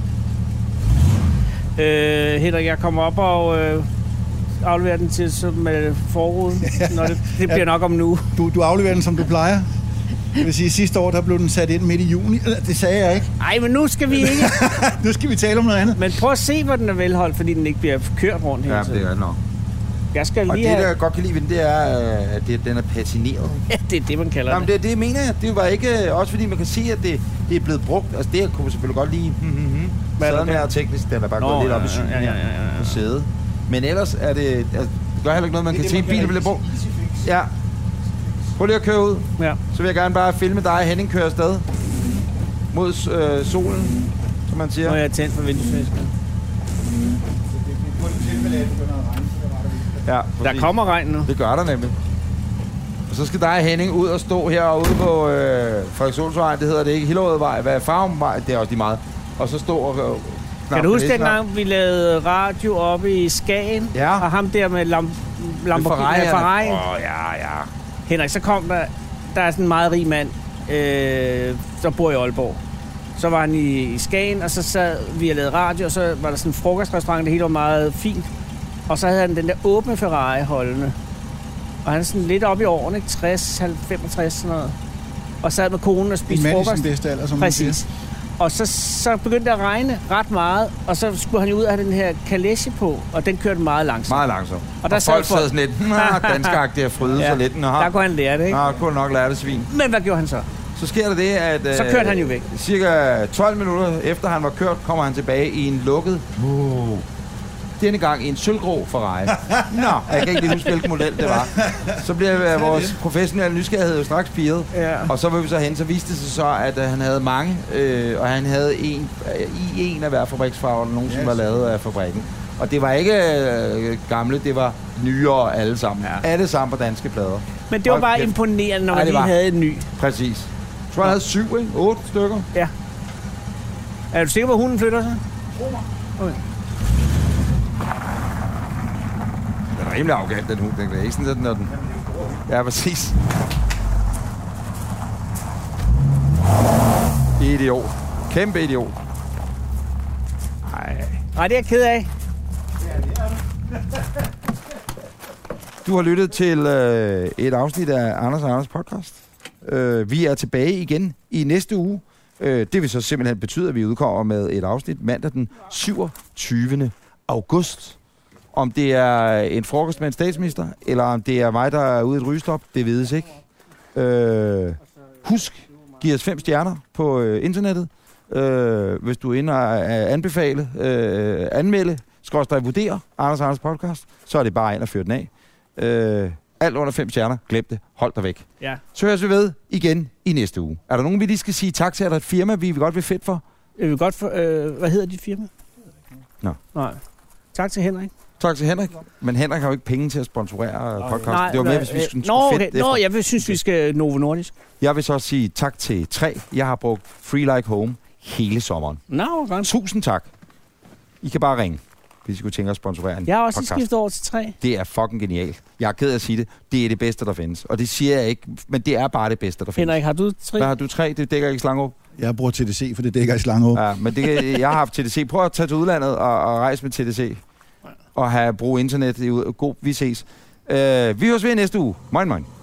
Henrik, jeg kommer op og afleverer den til med forruden. Det bliver nok om nu. Du afleverer den, som du plejer. Det vil sige, sidste år, der blev den sat ind midt i juni. Det sagde jeg ikke. Nej, men nu skal vi ikke. Nu skal vi tale om noget andet. Men prøv at se, hvor den er velholdt, fordi den ikke bliver kørt rundt hele tiden. Ja, det er nok. Jeg skal lige og det, der jeg godt kan lide ved den, det er, at den er patineret. Ja, det er det, man kalder det. Det mener jeg. Det var ikke... Også fordi man kan se, at det er blevet brugt. Altså, det kunne man selvfølgelig godt lide. Sådan her teknisk. Den er bare gået lidt op i synet på sædet. Men ellers er det... Altså, det gør heller ikke noget, man kan se en bil, der bliver brugt. Ja. Prøv lige at køre ud. Ja. Så vil jeg gerne bare filme dig og Henning køre afsted. Mod solen, som man siger. Nå, jeg er tændt for vinduesvæsken. Ja. Der kommer regn nu. Det gør der nemlig. Og så skal dig og Henning ud og stå herude på Frederikssundsvej, det hedder det ikke, Hillerødvej, hvad er Farumvej, det er også lige meget. Og så stå og... Kan du huske dengang, vi lavede radio oppe i Skagen? Ja. Og ham der med Ferrari. Ja. Henrik, så kom der er sådan en meget rig mand, der bor i Aalborg. Så var han i Skagen, og så sad vi og lavede radio, og så var der sådan en frokostrestaurant, det hele var meget fint. Og så havde han den der åbne Ferrari holdende. Og han er sådan lidt oppe i årene, ikke? 60, 65, sådan noget. Og sad med konen og spiste frokost. En mand i sin bedste alder, som præcis. Og så begyndte det at regne ret meget, og så skulle han jo ud og have den her kalesje på, og den kørte meget langsomt. Meget langsomt. Og der folk sad sådan lidt, danskagtigt at fryde sig lidt. Der kunne han lære det, ikke? Nå, kunne nok lære det svin. Men hvad gjorde han så? Så sker der det, at... Så kørte han jo væk. Cirka 12 minutter efter han var kørt, kommer han tilbage i en lukket... Denne gang i en sølvgrå Ferrari. Nå, jeg kan ikke lige huske, hvilken model det var. Så bliver vores professionelle nysgerrighed jo straks pirret. Ja. Og så var vi så hen, så viste det sig så, at han havde mange, og han havde en af hver fabriksfarver, nogen som var lavet af fabrikken. Og det var ikke gamle, det var nyere alle sammen. Ja. Alle sammen på danske plader. Men det var bare imponerende, når man lige havde en ny. Præcis. Jeg tror, han havde 7, ikke? 8 stykker. Ja. Er du sikker på, at hunden flytter sig? Okay. Den er rimelig arrogant, den hund. Den er ikke sådan, når den... Ja, præcis. Idiot. Kæmpe idiot. Nej, det er jeg ked af. Du har lyttet til et afsnit af Anders podcast. Vi er tilbage igen i næste uge. Det vil så simpelthen betyde, at vi udkommer med et afsnit mandag den 27. august. Om det er en frokost med en statsminister, eller om det er mig, der er ude i et rygestop, det vides ikke. Husk, giv os 5 stjerner på internettet. Hvis du er inde og anbefale, anmelde, vurdere Anders podcast, så er det bare ind og fyre den af. Alt under 5 stjerner, glem det, hold dig væk. Ja. Så høres vi ved igen i næste uge. Er der nogen, vi lige skal sige tak til? Er der et firma, vi godt vil fedt for? Jeg vil godt for, hvad hedder dit firma? Nå. Nej. Tak til Henrik. Tak til Henrik. Men Henrik har jo ikke penge til at sponsorere podcasten. Nej, det var med, hvis vi skulle fedt efter. Jeg synes, vi skal Novo Nordisk. Jeg vil så sige tak til 3. Jeg har brugt Free Like Home hele sommeren. Godt. Tusind tak. I kan bare ringe, hvis I kunne tænke at sponsorere en podcast. Jeg har også skiftet over til 3. Det er fucking genialt. Jeg er ked af at sige det. Det er det bedste, der findes. Og det siger jeg ikke, men det er bare det bedste, der findes. Henrik, har du 3? Hvad har du 3? Det dækker ikke Slangerup. Jeg bruger TDC, for det dækker i Slangerup. Ja, men jeg har haft TDC. Prøv at tage til udlandet og rejse med TDC. Og have brug internet. God, vi ses. Vi høres ved næste uge. Moin, moin.